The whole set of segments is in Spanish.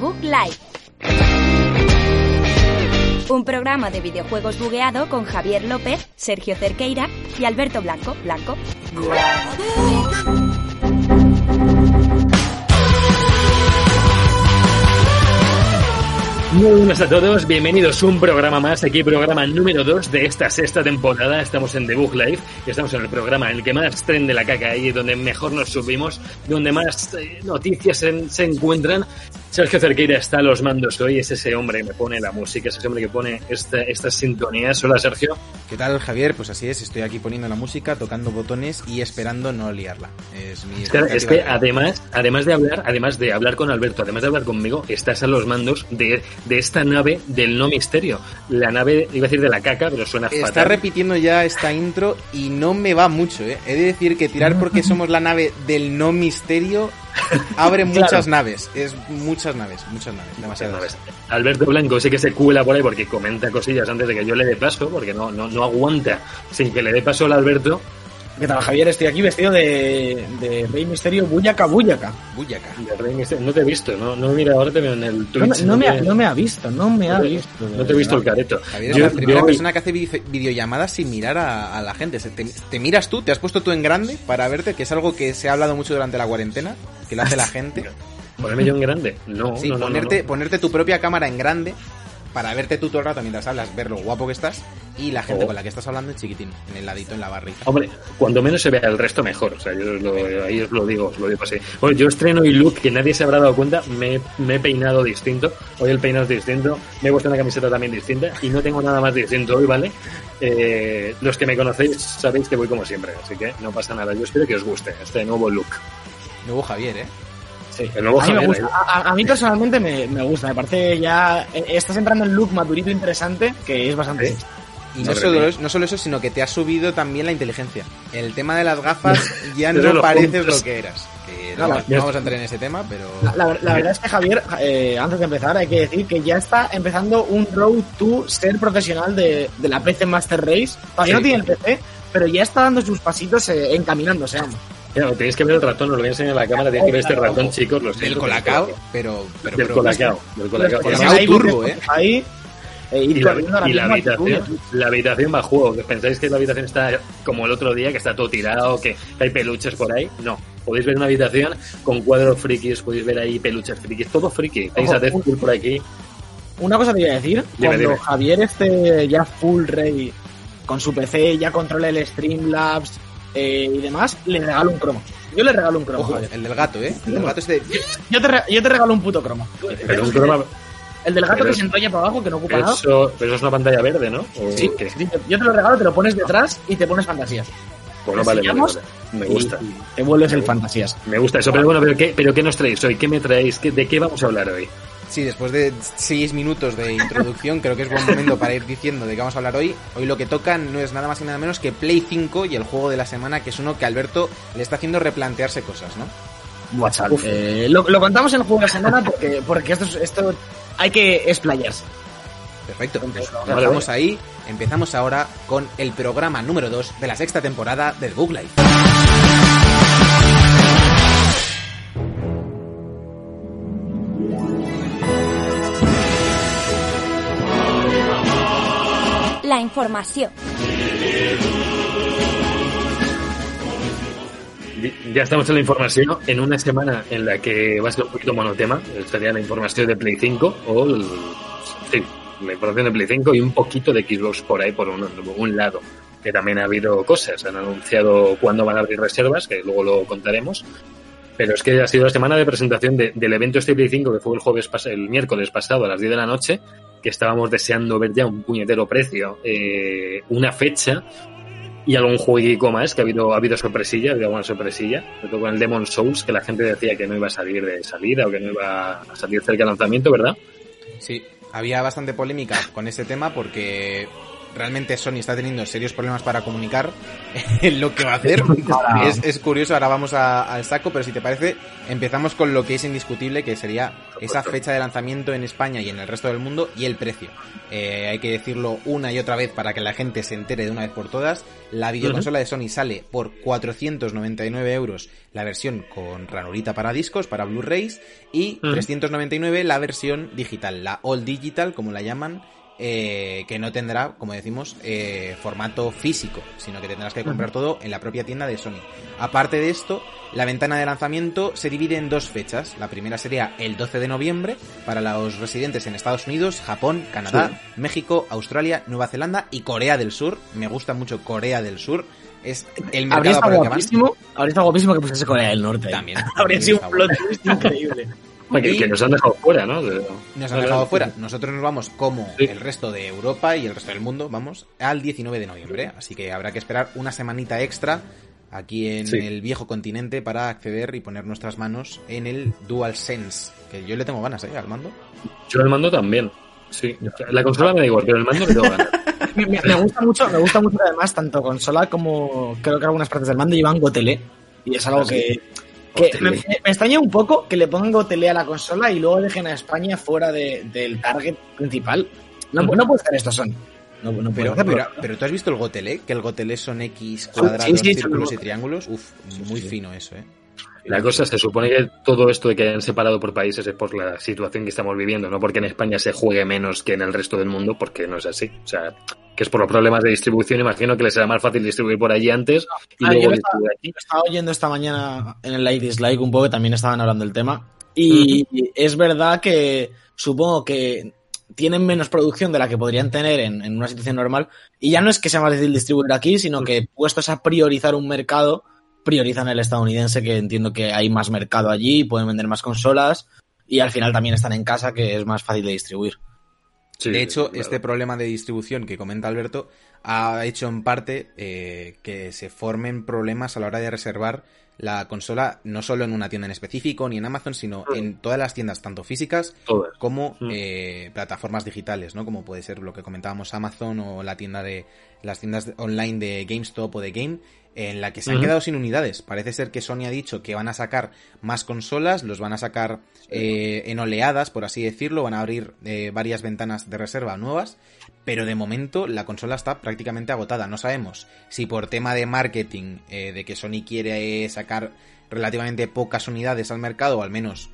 Bug Live. Un programa de videojuegos bugueado con Javier López, Sergio Cerqueira y Alberto Blanco. Muy buenas a todos, bienvenidos a un programa más, aquí programa número 2 de esta sexta temporada. Estamos en The Bug Live y estamos en el programa en el que más tren de la caca hay, donde mejor nos subimos, donde más noticias se encuentran. Sergio Cerqueira está a los mandos hoy, es ese hombre que me pone la música, es ese hombre que pone estas sintonías. Hola, Sergio. ¿Qué tal, Javier? Pues así es, estoy aquí poniendo la música, tocando botones y esperando no liarla. Es que además de hablar con Alberto, además de hablar conmigo, estás a los mandos de esta nave del no misterio. La nave, iba a decir de la caca, pero suena fatal. Está repitiendo ya esta intro y no me va mucho, ¿eh? He de decir que tirar porque somos la nave del no misterio abre muchas naves. Es muchas naves, demasiadas naves. Alberto Blanco sí que se cuela por ahí porque comenta cosillas antes de que yo le dé paso, porque no aguanta sin que le dé paso al Alberto. ¿Qué tal, Javier? Estoy aquí vestido de Rey Misterio Buyaka. No te he visto, no mira, ahora te veo en el Twitch. No me ha visto. No te he visto el careto. Javier es la primera persona que hace videollamadas sin mirar a la gente. Te miras tú, te has puesto tú en grande para verte, que es algo que se ha hablado mucho durante la cuarentena, que lo hace la gente. ¿Ponerme yo en grande? No. Sí, ponerte tu propia cámara en grande para verte tú todo el rato mientras hablas, ver lo guapo que estás y la gente con la que estás hablando en chiquitín, en el ladito, en la barrita. Hombre, cuando menos se vea el resto mejor, o sea, ahí os lo digo así. Bueno, yo estreno hoy look que nadie se habrá dado cuenta, me he peinado distinto, hoy el peinado es distinto, me he puesto una camiseta también distinta y no tengo nada más distinto hoy, ¿vale? Los que me conocéis sabéis que voy como siempre, así que no pasa nada, yo espero que os guste este nuevo look. Nuevo Javier, ¿eh? Sí, el nuevo Javier. Me gusta. A mí personalmente me gusta, me parece ya estás entrando en look madurito interesante, que es bastante... ¿Sí? Y no solo eso, sino que te has subido tammen la inteligencia. El tema de las gafas ya no pareces lo que eras. No vamos a entrar en ese tema, pero... La verdad es que, Javier, antes de empezar, hay que decir que ya está empezando un road to ser profesional de la PC Master Race. Todavía no tiene el PC, pero ya está dando sus pasitos encaminándose. Claro, tenéis que ver el ratón, os lo voy a enseñar en la cámara, tenéis que ver este ratón, chicos. Del Colacao, pero del Colacao. Colacao turbo, ¿eh? Ahí... Y la habitación va a juego. ¿Pensáis que la habitación está como el otro día, que está todo tirado, que hay peluches por ahí? No. Podéis ver una habitación con cuadros frikis, podéis ver ahí peluches frikis, todo friki. Tenéis a Deadpool por aquí. Una cosa te iba a decir, cuando Javier esté ya full rey con su PC, ya controla el Streamlabs y demás, le regalo un cromo. Yo le regalo un cromo. Ojo, el del gato, ¿eh? El del gato es de... Yo te regalo un puto cromo. Pero un cromo... El del gato que se enrolla para abajo, que no ocupa nada. Pero eso es una pantalla verde, ¿no? Sí, yo te lo regalo, te lo pones detrás y te pones fantasías. Bueno, vale. Me gusta. Te vuelves el fantasías. Me gusta eso, pero bueno, ¿pero qué nos traéis hoy? ¿Qué me traéis? ¿De qué vamos a hablar hoy? Sí, después de 6 minutos de introducción, creo que es buen momento para ir diciendo de qué vamos a hablar hoy. Hoy lo que toca no es nada más y nada menos que Play 5 y el juego de la semana, que es uno que Alberto le está haciendo replantearse cosas, ¿no? WhatsApp. Lo contamos en el juego de la semana porque esto hay que explayarse. Perfecto, pues vamos ahí. Empezamos ahora con el programa número 2 de la sexta temporada del Bug Live. La información. Ya estamos en la información, en una semana en la que va a ser un poquito monotema. Sería la información de Play 5 la información de Play 5 y un poquito de Xbox por ahí, por un lado, que también ha habido cosas. Han anunciado cuándo van a abrir reservas, que luego lo contaremos, pero es que ha sido la semana de presentación del evento este Play 5, que fue el miércoles pasado a las 10 de la noche, que estábamos deseando ver ya un puñetero precio, una fecha y algún jueguico más, que ha habido sorpresilla, ha habido alguna sorpresilla, sobre todo con el Demon's Souls, que la gente decía que no iba a salir de salida o que no iba a salir cerca del lanzamiento, ¿verdad? Sí, había bastante polémica con ese tema porque realmente Sony está teniendo serios problemas para comunicar lo que va a hacer. Es curioso, ahora vamos al saco, pero si te parece, empezamos con lo que es indiscutible, que sería esa fecha de lanzamiento en España y en el resto del mundo, y el precio. Hay que decirlo una y otra vez para que la gente se entere de una vez por todas. La videoconsola de Sony sale por 499 euros la versión con ranurita para discos, para Blu-rays, y 399 la versión digital, la All Digital, como la llaman, que no tendrá, como decimos, formato físico, sino que tendrás que comprar todo en la propia tienda de Sony. Aparte de esto, la ventana de lanzamiento se divide en 2 fechas. La primera sería el 12 de noviembre para los residentes en Estados Unidos, Japón, Canadá, México, Australia, Nueva Zelanda y Corea del Sur. Me gusta mucho Corea del Sur. Es el mercado por el que van. Habría estado guapísimo que pusiese Corea del Norte. También. Habría sido un plot twist increíble. Que nos han dejado fuera, ¿no? Nos han dejado fuera. Nosotros nos vamos como el resto de Europa y el resto del mundo, vamos, al 19 de noviembre. Así que habrá que esperar una semanita extra aquí en el viejo continente para acceder y poner nuestras manos en el DualSense. Que yo le tengo ganas, al mando. Yo el mando también. Sí. La consola me da igual, pero el mando le tengo ganas. Me gusta mucho que además tanto consola como creo que algunas partes del mando llevan Gotelé. Y es algo que me extraña un poco que le pongan Gotelé a la consola y luego dejen a España fuera del target principal. No puede ser esto, Sony. No pero tú has visto el Gotelé, que el Gotelé son X cuadrados, círculos y triángulos. Muy fino eso, La cosa, se supone que todo esto de que hayan separado por países es por la situación que estamos viviendo, no porque en España se juegue menos que en el resto del mundo, porque no es así. O sea, que es por los problemas de distribución. Imagino que les será más fácil distribuir por allí antes y luego distribuir aquí. Estaba oyendo esta mañana en el Like Dislike un poco, que también estaban hablando del tema, y es verdad que supongo que tienen menos producción de la que podrían tener en una situación normal, y ya no es que sea más difícil distribuir aquí, sino que puestos a priorizar un mercado, priorizan el estadounidense, que entiendo que hay más mercado allí, pueden vender más consolas, y al final también están en casa, que es más fácil de distribuir. Sí, de hecho, este problema de distribución que comenta Alberto ha hecho en parte que se formen problemas a la hora de reservar la consola, no solo en una tienda en específico ni en Amazon, sino en todas las tiendas, tanto físicas como plataformas digitales, ¿no? Como puede ser lo que comentábamos, Amazon, o las tiendas online de GameStop o de Game, en la que se han quedado sin unidades. Parece ser que Sony ha dicho que van a sacar más consolas, los van a sacar en oleadas, por así decirlo, van a abrir varias ventanas de reserva nuevas, pero de momento la consola está prácticamente agotada. No sabemos si por tema de marketing, de que Sony quiere sacar relativamente pocas unidades al mercado, o al menos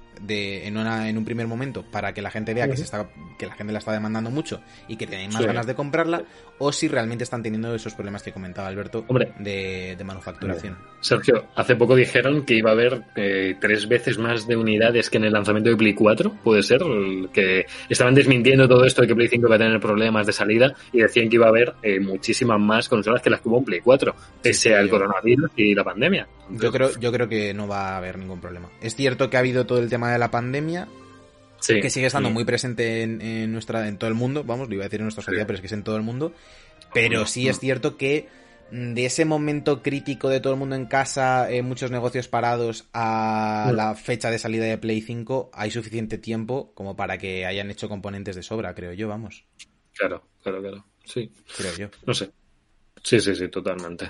en un primer momento, para que la gente vea que la gente la está demandando mucho y que tienen más ganas de comprarla, o si realmente están teniendo esos problemas que comentaba Alberto de manufacturación. Sergio, hace poco dijeron que iba a haber 3 veces más de unidades que en el lanzamiento de Play 4, puede ser, que estaban desmintiendo todo esto de que Play 5 iba a tener problemas de salida, y decían que iba a haber muchísimas más consolas que las que hubo en Play 4, pese al coronavirus y la pandemia. Entonces, yo creo que no va a haber ningún problema. Es cierto que ha habido todo el tema de la pandemia, que sigue estando muy presente en todo el mundo, vamos, lo iba a decir en nuestra sociedad, pero es que es en todo el mundo, pero sí es cierto que de ese momento crítico de todo el mundo en casa, muchos negocios parados, a la fecha de salida de Play 5, hay suficiente tiempo como para que hayan hecho componentes de sobra, creo yo, vamos. Claro, sí. Creo yo. No sé. Sí, totalmente.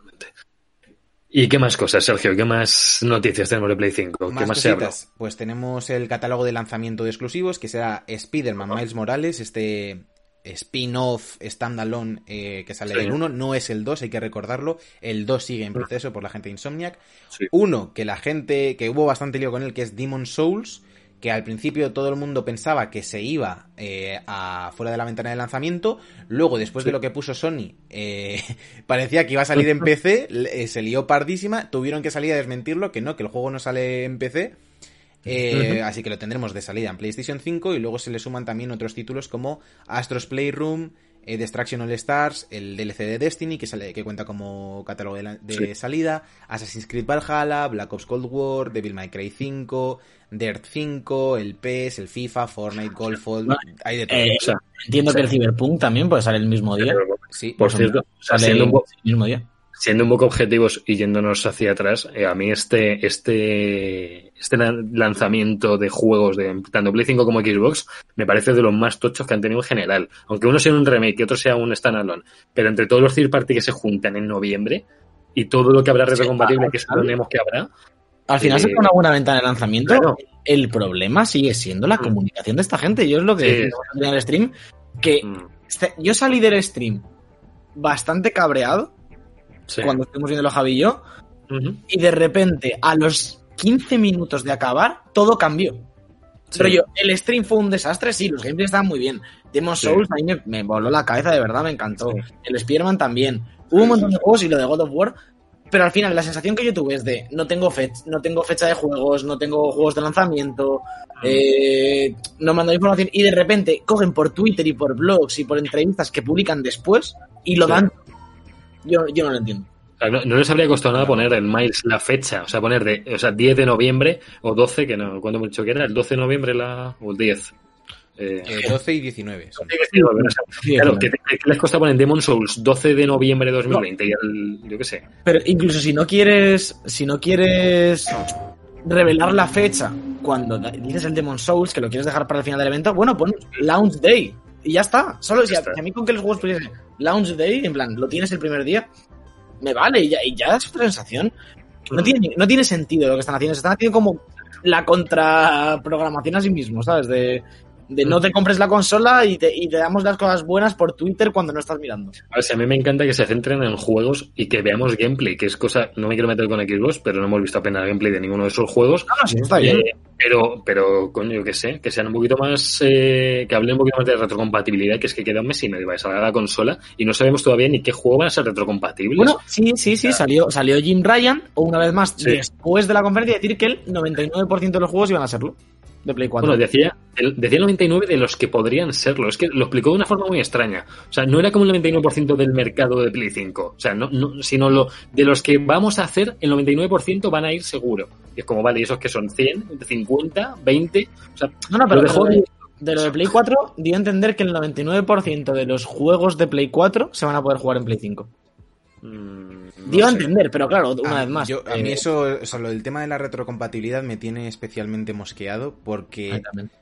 ¿Y qué más cosas, Sergio? ¿Qué más noticias tenemos de Play 5? ¿Qué más se habla? Pues tenemos el catálogo de lanzamiento de exclusivos, que será Spider-Man Miles Morales, este spin-off standalone que sale del 1, no es el 2, hay que recordarlo, el 2 sigue en proceso por la gente de Insomniac. Uno, que hubo bastante lío con él, que es Demon's Souls, que al principio todo el mundo pensaba que se iba fuera de la ventana de lanzamiento, luego después de lo que puso Sony, parecía que iba a salir en PC, se lió pardísima, tuvieron que salir a desmentirlo, que el juego no sale en PC, así que lo tendremos de salida en PlayStation 5, y luego se le suman también otros títulos como Astro's Playroom, Destruction All Stars, el DLC de Destiny, que cuenta como catálogo de salida, Assassin's Creed Valhalla, Black Ops Cold War, Devil May Cry 5, Dirt 5, el PES, el FIFA, Fortnite, Golfball, hay de todo. Entiendo que el Cyberpunk también puede salir el mismo día. Sí, por cierto, sale el mismo día. siendo un poco objetivos y yéndonos hacia atrás, a mí este lanzamiento de juegos de tanto Play 5 como Xbox me parece de los más tochos que han tenido en general. Aunque uno sea un remake y otro sea un standalone, pero entre todos los third party que se juntan en noviembre y todo lo que habrá retrocompatible que suponemos que habrá. Al final se pone una buena ventana de lanzamiento. Claro. El problema sigue siendo la comunicación de esta gente. Yo es lo que decía en el stream, que yo salí del stream bastante cabreado cuando estuvimos viendo Javi y yo, y de repente a los 15 minutos de acabar todo cambió. Pero el stream fue un desastre, sí, los gameplays estaban muy bien. Demon's Souls a mí me voló la cabeza, de verdad, me encantó. El Spider-Man también. Hubo un montón de juegos y lo de God of War, pero al final la sensación que yo tuve es de no tengo fecha de juegos, no tengo juegos de lanzamiento, no mandan información, y de repente cogen por Twitter y por blogs y por entrevistas que publican después y lo dan. Yo no lo entiendo. No les habría costado nada poner el Miles la fecha, o sea, poner 10 de noviembre o 12, que no, ¿cuándo hemos dicho que era? ¿El 12 de noviembre o el 10? 12 y 19. Claro, ¿qué les cuesta poner Demon's Souls 12 de noviembre de 2020? Y yo qué sé. Pero incluso si no quieres revelar la fecha cuando dices el Demon's Souls, que lo quieres dejar para el final del evento, bueno, pon Launch Day y ya está. Solo si a mí con que los juegos tuviesen Launch Day, en plan, lo tienes el primer día, me vale, y ya es otra sensación. No tiene sentido lo que están haciendo. Se están haciendo como la contraprogramación a sí mismos, ¿sabes? De no te compres la consola y te damos las cosas buenas por Twitter cuando no estás mirando. A ver, si a mí me encanta que se centren en juegos y que veamos gameplay, que es cosa... No me quiero meter con Xbox, pero no hemos visto apenas gameplay de ninguno de esos juegos. No, sí, está bien. Pero coño, yo qué sé, que sean un poquito más... que hablen un poquito más de retrocompatibilidad, que es que queda un mes y medio para salir a la consola y no sabemos todavía ni qué juego van a ser retrocompatibles. Bueno, sí, salió Jim Ryan, o una vez más, después de la conferencia, decir que el 99% de los juegos iban a serlo. De Play 4. Bueno, decía el 99 de los que podrían serlo. Es que lo explicó de una forma muy extraña. O sea, no era como el 99% del mercado de Play 5. O sea, no, sino de los que vamos a hacer, el 99% van a ir seguro. Y es como, vale, ¿y esos que son 100, 50, 20? O sea, pero de lo de Play 4 dio a entender que el 99% de los juegos de Play 4 se van a poder jugar en Play 5. Dio a entender, pero claro, una vez más. A mí eso, o sea, lo del tema de la retrocompatibilidad me tiene especialmente mosqueado porque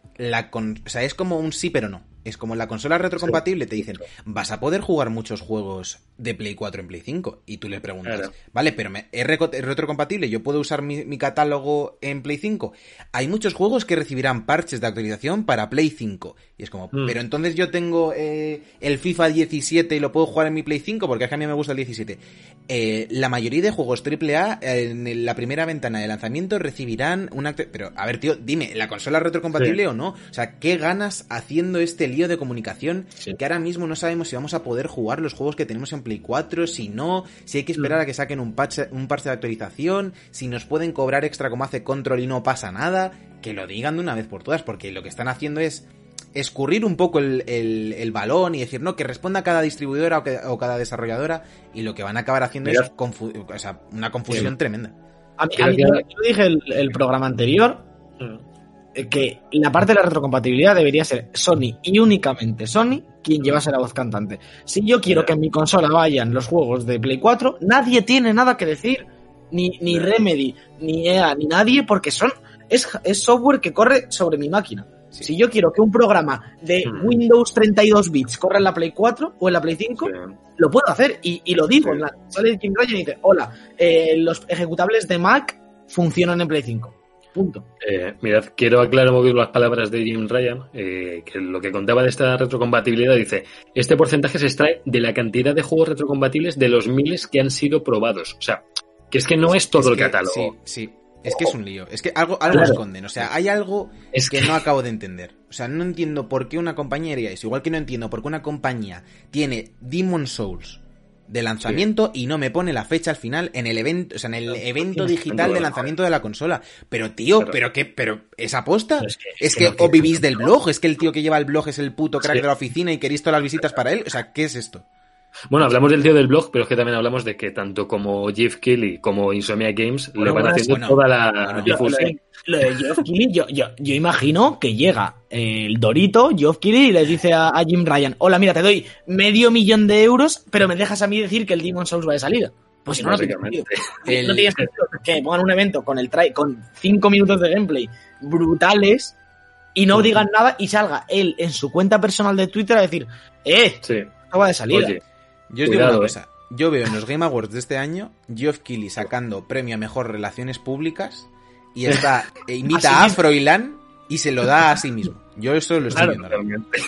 o sea, es como un sí pero no. Es como la consola retrocompatible, te dicen, vas a poder jugar muchos juegos de Play 4 en Play 5. Y tú le preguntas, vale, pero ¿es retrocompatible? ¿Yo puedo usar mi catálogo en Play 5? Hay muchos juegos que recibirán parches de actualización para Play 5. Y es como, pero entonces yo tengo el FIFA 17 y lo puedo jugar en mi Play 5 porque es que a mí me gusta el 17. La mayoría de juegos AAA en la primera ventana de lanzamiento recibirán una... Pero, a ver, tío, dime, ¿la consola es retrocompatible o no? O sea, ¿qué ganas haciendo este lío de comunicación que ahora mismo no sabemos si vamos a poder jugar los juegos que tenemos en Play 4, si no, si hay que esperar a que saquen un parche de actualización, si nos pueden cobrar extra como hace Control y no pasa nada? Que lo digan de una vez por todas, porque lo que están haciendo es escurrir un poco el balón y decir, no, que responda cada distribuidora o cada desarrolladora, y lo que van a acabar haciendo es una confusión tremenda. A mí, yo dije el programa anterior que la parte de la retrocompatibilidad debería ser Sony y únicamente Sony quien llevase la voz cantante. Si yo quiero que en mi consola vayan los juegos de Play 4, nadie tiene nada que decir, ni Remedy, ni EA, ni nadie, porque es software que corre sobre mi máquina. Sí. Si yo quiero que un programa de Windows 32 bits corra en la Play 4 o en la Play 5, lo puedo hacer y lo digo. Sale Jim Ryan y dice, hola, los ejecutables de Mac funcionan en Play 5. Punto. Mirad, quiero aclarar un poquito las palabras de Jim Ryan, que lo que contaba de esta retrocompatibilidad dice, este porcentaje se extrae de la cantidad de juegos retrocompatibles de los miles que han sido probados. O sea, que es que no es todo el catálogo. Sí. Es que es un lío. Es que algo esconden. O sea, hay algo que no acabo de entender. O sea, no entiendo por qué una compañía haría eso. Igual que no entiendo por qué una compañía tiene Demon's Souls de lanzamiento y no me pone la fecha al final en el evento, o sea, en el evento digital de lanzamiento de la consola. Pero tío, pero ¿es aposta? Es que o vivís del blog, es que el tío que lleva el blog es el puto crack de la oficina y queréis todas las visitas para él. O sea, ¿qué es esto? Bueno, hablamos del tío del blog, pero es que también hablamos de que tanto como Jeff Keighley como Insomniac Games le van haciendo toda la difusión. Lo de Jeff Keighley, yo imagino que llega el Dorito, Jeff Keighley, y le dice a Jim Ryan, hola, mira, te doy $500,000 de euros, pero me dejas a mí decir que el Demon's Souls va de salida. Pues si no, no tiene Básicamente. sentido. No tiene sentido que pongan un evento con 5 minutos de gameplay brutales y no digan nada y salga él en su cuenta personal de Twitter a decir, Sí. acaba de salir. Oye, Yo os digo cuidado, una cosa. Yo veo en los Game Awards de este año Geoff Keighley sacando premio a mejor relaciones públicas y invita a Froilán y se lo da a sí mismo. Yo eso lo estoy viendo. realmente.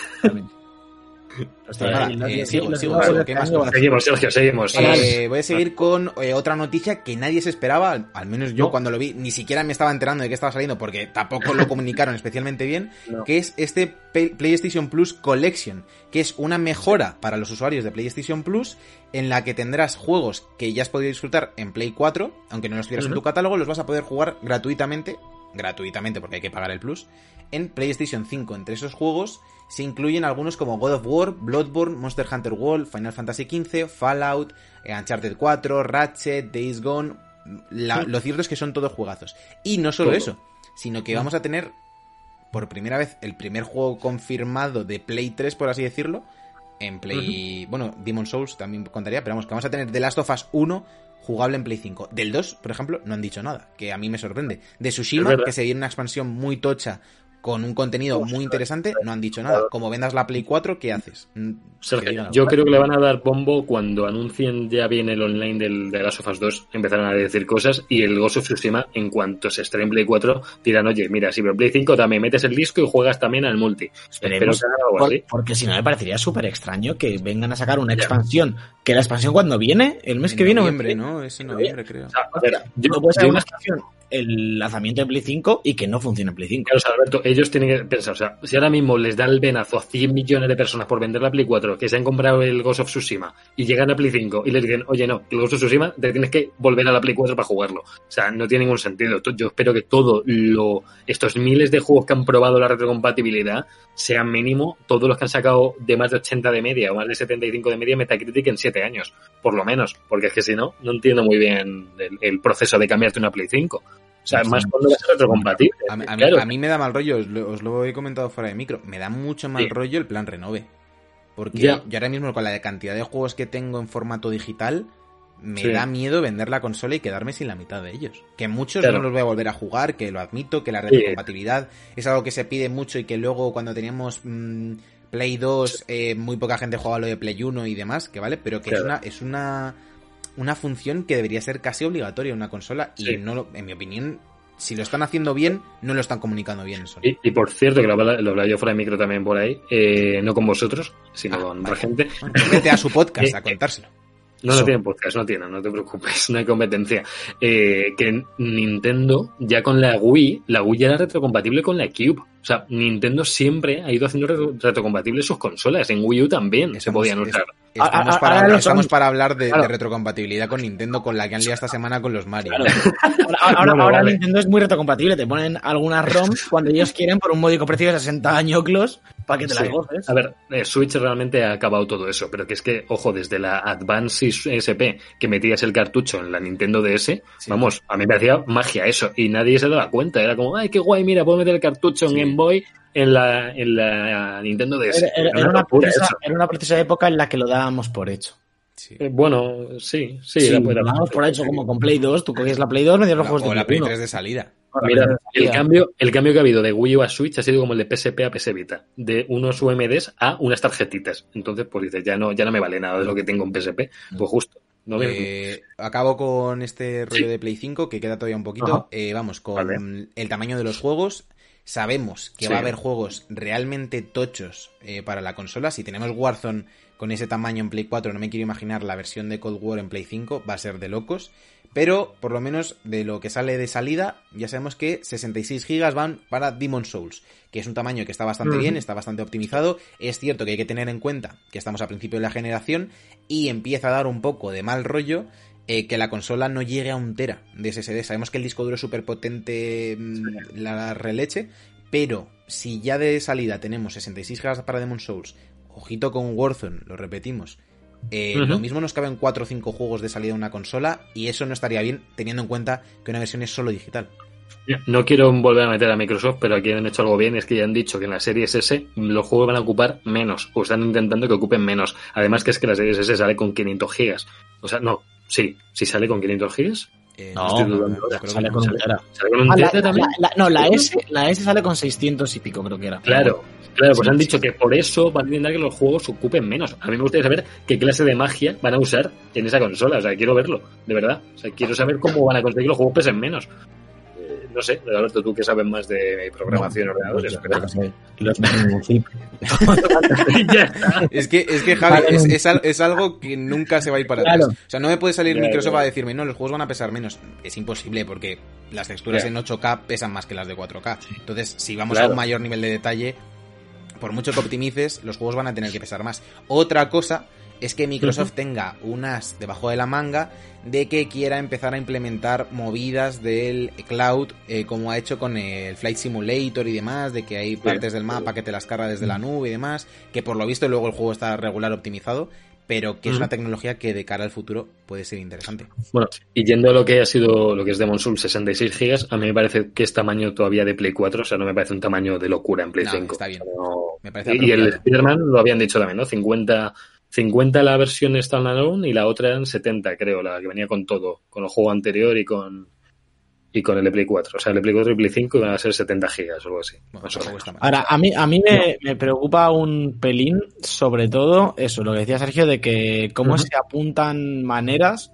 Sigo, ¿qué más? Seguimos, Sergio, seguimos. Voy a seguir con otra noticia que nadie se esperaba, al menos yo cuando lo vi, ni siquiera me estaba enterando de que estaba saliendo porque tampoco lo comunicaron especialmente bien, que es este PlayStation Plus Collection, que es una mejora para los usuarios de PlayStation Plus en la que tendrás juegos que ya has podido disfrutar en Play 4, aunque no los tuvieras en tu catálogo, los vas a poder jugar gratuitamente porque hay que pagar el Plus, en PlayStation 5. Entre esos juegos se incluyen algunos como God of War, Bloodborne, Monster Hunter World, Final Fantasy XV, Fallout, Uncharted 4, Ratchet, Days Gone. Lo cierto es que son todos juegazos. Y no solo eso, sino que vamos a tener por primera vez el primer juego confirmado de Play 3, por así decirlo, en Play... Bueno, Demon's Souls también contaría, pero vamos, que vamos a tener The Last of Us 1 jugable en Play 5. Del 2, por ejemplo, no han dicho nada, que a mí me sorprende. De Tsushima, que se viene una expansión muy tocha con un contenido muy interesante, no han dicho nada. Como vendas la Play 4, ¿qué haces? Sergio, yo creo que le van a dar bombo cuando anuncien ya bien el online de Last of Us 2, empezarán a decir cosas, y el Ghost of Tsushima, en cuanto se estrene en Play 4, dirán, oye, mira, si en Play 5 también metes el disco y juegas también al multi. Esperemos, espero que hagan algo así. Porque si no me parecería súper extraño que vengan a sacar una expansión, que la expansión cuando viene, el mes que viene... En noviembre, ¿no? Es en noviembre, creo. A ver, no puede ser una expansión el lanzamiento de Play 5 y que no funcione en Play 5. Claro, o sea, Alberto, ellos tienen que pensar, o sea, si ahora mismo les da el venazo a 100 millones de personas por vender la Play 4 que se han comprado el Ghost of Tsushima y llegan a Play 5 y les dicen, oye, no, el Ghost of Tsushima te tienes que volver a la Play 4 para jugarlo. O sea, no tiene ningún sentido. Yo espero que estos miles de juegos que han probado la retrocompatibilidad sean mínimo todos los que han sacado de más de 80 de media o más de 75 de media Metacritic en 7 años, por lo menos, porque es que si no entiendo muy bien el proceso de cambiarte una Play 5. O sea, más cuando es retrocompatible. A mí me da mal rollo, os lo he comentado fuera de micro, me da mucho mal rollo el plan Renove. Porque yo ahora mismo con la cantidad de juegos que tengo en formato digital, me da miedo vender la consola y quedarme sin la mitad de ellos. Que muchos no los voy a volver a jugar, que lo admito, que la retrocompatibilidad es algo que se pide mucho y que luego cuando teníamos Play 2 muy poca gente jugaba lo de Play 1 y demás, que vale, pero que es una función que debería ser casi obligatoria en una consola y no, en mi opinión, si lo están haciendo bien, no lo están comunicando bien. Y por cierto, que lo hablaba yo fuera de micro también por ahí, no con vosotros, sino con otra gente. Bueno, vete a su podcast a contárselo. No tienen podcast, no te preocupes, no hay competencia. Que Nintendo, ya con la Wii ya era retrocompatible con la Cube. O sea, Nintendo siempre ha ido haciendo retrocompatibles sus consolas. En Wii U también se podían usar. Estamos para hablar de retrocompatibilidad con Nintendo, con la que han liado esta semana con los Mario. Claro. Ahora Nintendo es muy retrocompatible. Te ponen algunas ROMs cuando ellos quieren por un módico precio de 60 añoclos para que te las goces. A ver, Switch realmente ha acabado todo eso, pero que es que, ojo, desde la Advance SP que metías el cartucho en la Nintendo DS, vamos, a mí me hacía magia eso, y nadie se daba cuenta. Era como, ay, qué guay, mira, puedo meter el cartucho en Game Boy en la Nintendo DS. Era una precisa época en la que lo dábamos por hecho. Sí. Bueno, sí. Lo dábamos por hecho, como con Play 2. Tú cogías la Play 2, metías los juegos de o la Play 3 de salida. Mira, el cambio que ha habido de Wii U a Switch ha sido como el de PSP a PS Vita, de unos UMDs a unas tarjetitas. Entonces, pues dices, ya no me vale nada de lo que tengo en PSP. Pues justo. Acabo con este rollo de Play 5, que queda todavía un poquito. Vamos con el tamaño de los juegos. Sabemos que va a haber juegos realmente tochos para la consola. Si tenemos Warzone con ese tamaño en Play 4, no me quiero imaginar la versión de Cold War en Play 5, va a ser de locos. Pero, por lo menos, de lo que sale de salida, ya sabemos que 66 GB van para Demon's Souls, que es un tamaño que está bastante bien, está bastante optimizado. Es cierto que hay que tener en cuenta que estamos a principio de la generación y empieza a dar un poco de mal rollo que la consola no llegue a 1 tera de SSD. Sabemos que el disco duro es súper potente, la releche, pero si ya de salida tenemos 66 GB para Demon's Souls, ojito con Warzone, lo repetimos, lo mismo nos caben 4 o 5 juegos de salida de una consola y eso no estaría bien teniendo en cuenta que una versión es solo digital. No quiero volver a meter a Microsoft, pero aquí han hecho algo bien, es que ya han dicho que en la Series S los juegos van a ocupar menos, o están intentando que ocupen menos. Además que es que la Series S sale con 500 gigas. O sea, no, Sí, si sale con 500 gigas. No, estoy dudando. yo creo que sale no. con un tera. ¿Sale con un tera también? La S sale con 600 y pico, creo que era. Claro, pues Sí, han sí. dicho que por eso van a intentar que los juegos ocupen menos. A mí me gustaría saber qué clase de magia van a usar en esa consola. O sea, quiero verlo, de verdad. O sea, quiero saber cómo van a conseguir que los juegos pesen menos. No sé, Alberto, tú que sabes más de programación en ordenadores. Los meten en un zip. Ya está. Es que Javi, es algo que nunca se va a ir para Claro. atrás. O sea, no me puede salir Ya, Microsoft ya. a decirme, no, los juegos van a pesar menos. Es imposible porque las texturas Ya. en 8K pesan más que las de 4K. Entonces, si vamos a Claro. un mayor nivel de detalle, por mucho que optimices, los juegos van a tener que pesar más. Otra cosa es que Microsoft tenga un as debajo de la manga de que quiera empezar a implementar movidas del cloud, como ha hecho con el Flight Simulator y demás, de que hay partes del mapa que te las carga desde la nube y demás, que por lo visto luego el juego está regular optimizado, pero que es una tecnología que de cara al futuro puede ser interesante. Bueno, y yendo a lo que ha sido lo que es Demon's Souls, 66 gigas, a mí me parece que es tamaño todavía de Play 4, o sea, no me parece un tamaño de locura en Play No, 5. está bien. O sea, no- Me parece y el apropiado. Spider-Man lo habían dicho también, ¿no? 50 la versión standalone y la otra eran 70, creo, la que venía con todo, con el juego anterior y con el de Play 4. O sea, el de Play 4 y Play 5 iban a ser 70 gigas o algo así. Bueno, más o tampoco menos. está mal. Ahora, a mí me preocupa un pelín, sobre todo eso, lo que decía Sergio, de que cómo se apuntan maneras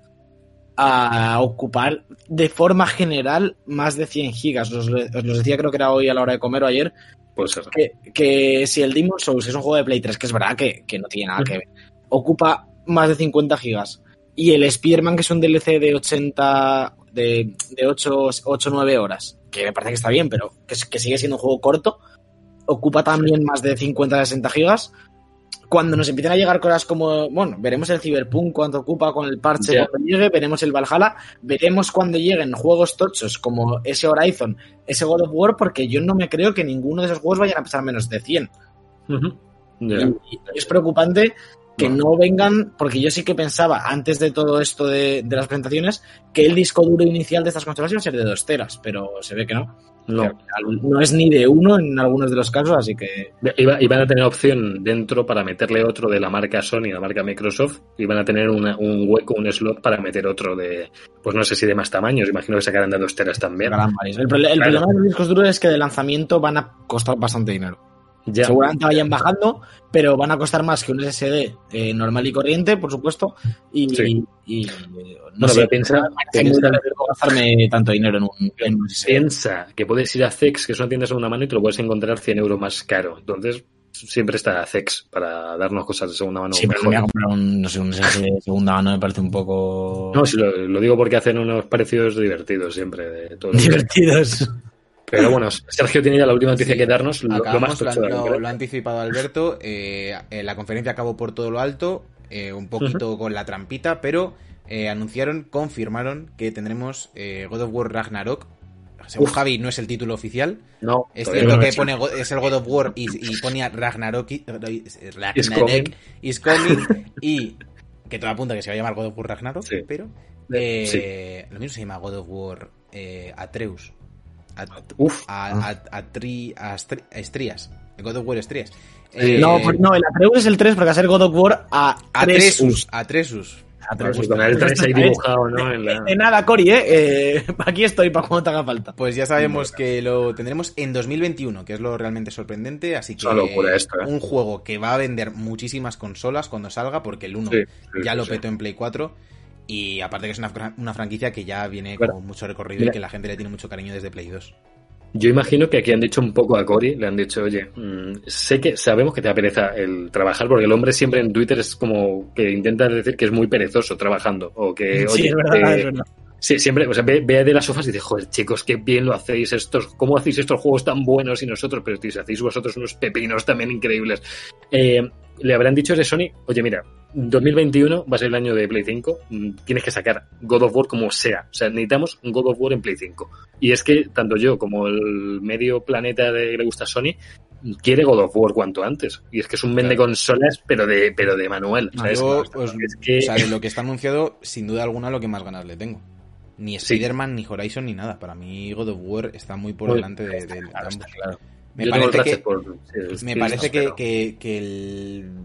a ocupar de forma general más de 100 gigas. Os los decía, creo que era hoy a la hora de comer o ayer, Puede ser. que si el Demon's Souls es un juego de Play 3, que es verdad que no tiene nada que ver, ocupa más de 50 gigas, y el Spider-Man, que es un DLC de 80, de 8-9 horas, que me parece que está bien, pero que sigue siendo un juego corto, ocupa también más de 50-60 gigas. Cuando nos empiezan a llegar cosas como, bueno, veremos el Cyberpunk cuánto ocupa con el parche Ya. cuando llegue, veremos el Valhalla, veremos cuando lleguen juegos tochos como ese Horizon, ese God of War, porque yo no me creo que ninguno de esos juegos vayan a pesar menos de 100. Ujú. Ya. Y es preocupante que no vengan, porque yo sí que pensaba, antes de todo esto de las presentaciones, que el disco duro inicial de estas consolas iba a ser de 2 teras, pero se ve que no. No. Que al final no es ni de 1 en algunos de los casos, así que... Iban a tener opción dentro para meterle otro de la marca Sony, la marca Microsoft. Iban a tener un hueco, un slot para meter otro de, pues no sé si de más tamaños. Imagino que sacarán de 2 teras también. El problema de los discos duros es que de lanzamiento van a costar bastante dinero. Ya. Seguramente vayan bajando, pero van a costar más que un SSD normal y corriente, por supuesto. Y no Bueno, sé, pero piensa parece muy riesgo gastarme tanto dinero en un SSD. Piensa que puedes ir a Zex, que es una tienda de segunda mano, y te lo puedes encontrar 100 euros más caro. Entonces, siempre está Zex para darnos cosas de segunda mano. Sí, pero me voy a comprar un SSD de segunda mano, me parece un poco... No, si lo digo porque hacen unos precios divertidos siempre. De todo divertidos. Pero bueno, Sergio tiene ya la última noticia que darnos. Lo más Acabamos, tocho de la lo ha conferencia. anticipado Alberto. La conferencia acabó por todo lo alto, un poquito con la trampita, pero confirmaron que tendremos God of War Ragnarok. Según Javi, no es el título oficial. No, Es todavía cierto no que hecho. es el God of War y ponía Ragnarok Is is coming y que todo apunta que se va a llamar God of War Ragnarok, Sí. pero Sí. lo mismo se llama God of War Atreus. Uf. Estrías. El God of War Estrías. No, el Atreus es el 3 porque va a ser God of War Atreus. Pues con el 3 ahí dibujado, ¿no? En la... De nada, Cori, aquí estoy para cuando te haga falta. Pues ya sabemos que lo tendremos en 2021, que es lo realmente sorprendente, así que Es una locura esto, ¿eh? un juego que va a vender muchísimas consolas cuando salga, porque el 1 Sí, ya lo sí. petó en Play 4, y aparte que es una franquicia que ya viene Bueno, con mucho recorrido mira. y que la gente le tiene mucho cariño desde Play 2. Yo imagino que aquí han dicho un poco a Cory, le han dicho, oye, sabemos que te da pereza el trabajar, porque el hombre siempre en Twitter es como que intenta decir que es muy perezoso trabajando, o que, Sí, oye, es verdad, es verdad. sí, siempre, o sea, ve de las sofás y dice, joder, chicos, qué bien lo hacéis ¿cómo hacéis estos juegos tan buenos y nosotros? Pero tío, si hacéis vosotros unos pepinos también increíbles. Le habrán dicho de Sony, oye, mira, 2021 va a ser el año de Play 5, tienes que sacar God of War como sea. O sea, necesitamos un God of War en Play 5. Y es que tanto yo como el medio planeta que le gusta a Sony quiere God of War cuanto antes. Y es que es un vende consolas, pero de manual. ¿Sabes? Yo, Es que... o sea, de lo que está anunciado, sin duda alguna, lo que más ganas le tengo. Ni Sí. Spider-Man, ni Horizon, ni nada. Para mí, God of War está muy por delante de ambos. Claro. Me Yo tengo el parece Ratchet que, sí, me sí, parece pero- que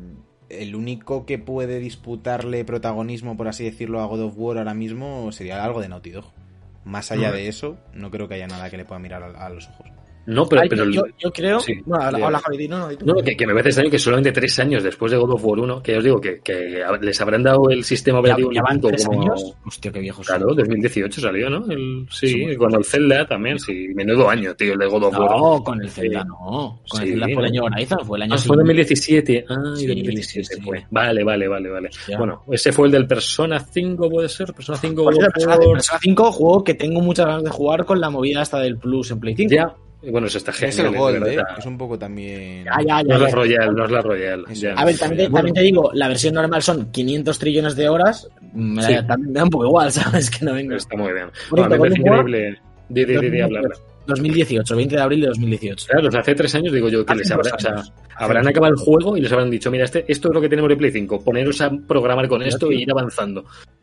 el único que puede disputarle protagonismo, por así decirlo, a God of War ahora mismo sería algo de Naughty Dog. Más allá de eso, no creo que haya nada que le pueda mirar a los ojos. No, pero yo creo... Sí, bueno, habla Javi, no, que me parece extraño que solamente 3 años después de God of War 1, que ya os digo que les habrán dado el sistema operativo ¿Ya van 3 como... años? Hostia, qué viejos son. Claro, 2018 salió, ¿no? Con el Zelda también, sí. Menudo año, tío, el de God of War. No, con el Zelda no. Con el Zelda fue el año Horizon, fue el año fue 2017. Sí, 2017 sí. fue. Vale. Ya. Bueno, ese fue el del Persona 5, ¿puede ser? Persona 5 Pues God of Persona War. 5, juego que tengo muchas ganas de jugar con la movida esta del Plus en Play 5. Ya. Bueno, eso está genial. Es el Gold, verdad. es un poco también... Ya. No es la Royal. Eso. Ya. A ver, también te digo, la versión normal son 500 trillones de horas. También me da un poco igual, ¿sabes? Que no venga. Está muy bien. Bonito, Me parece God of War, increíble. Di hablarlo. 2018, 20 de abril de 2018. Claro, hace 3 años digo yo que les habrán acabado el juego y les habrán dicho, mira, esto es lo que tenemos de Play 5, poneros a programar con esto e ir avanzando.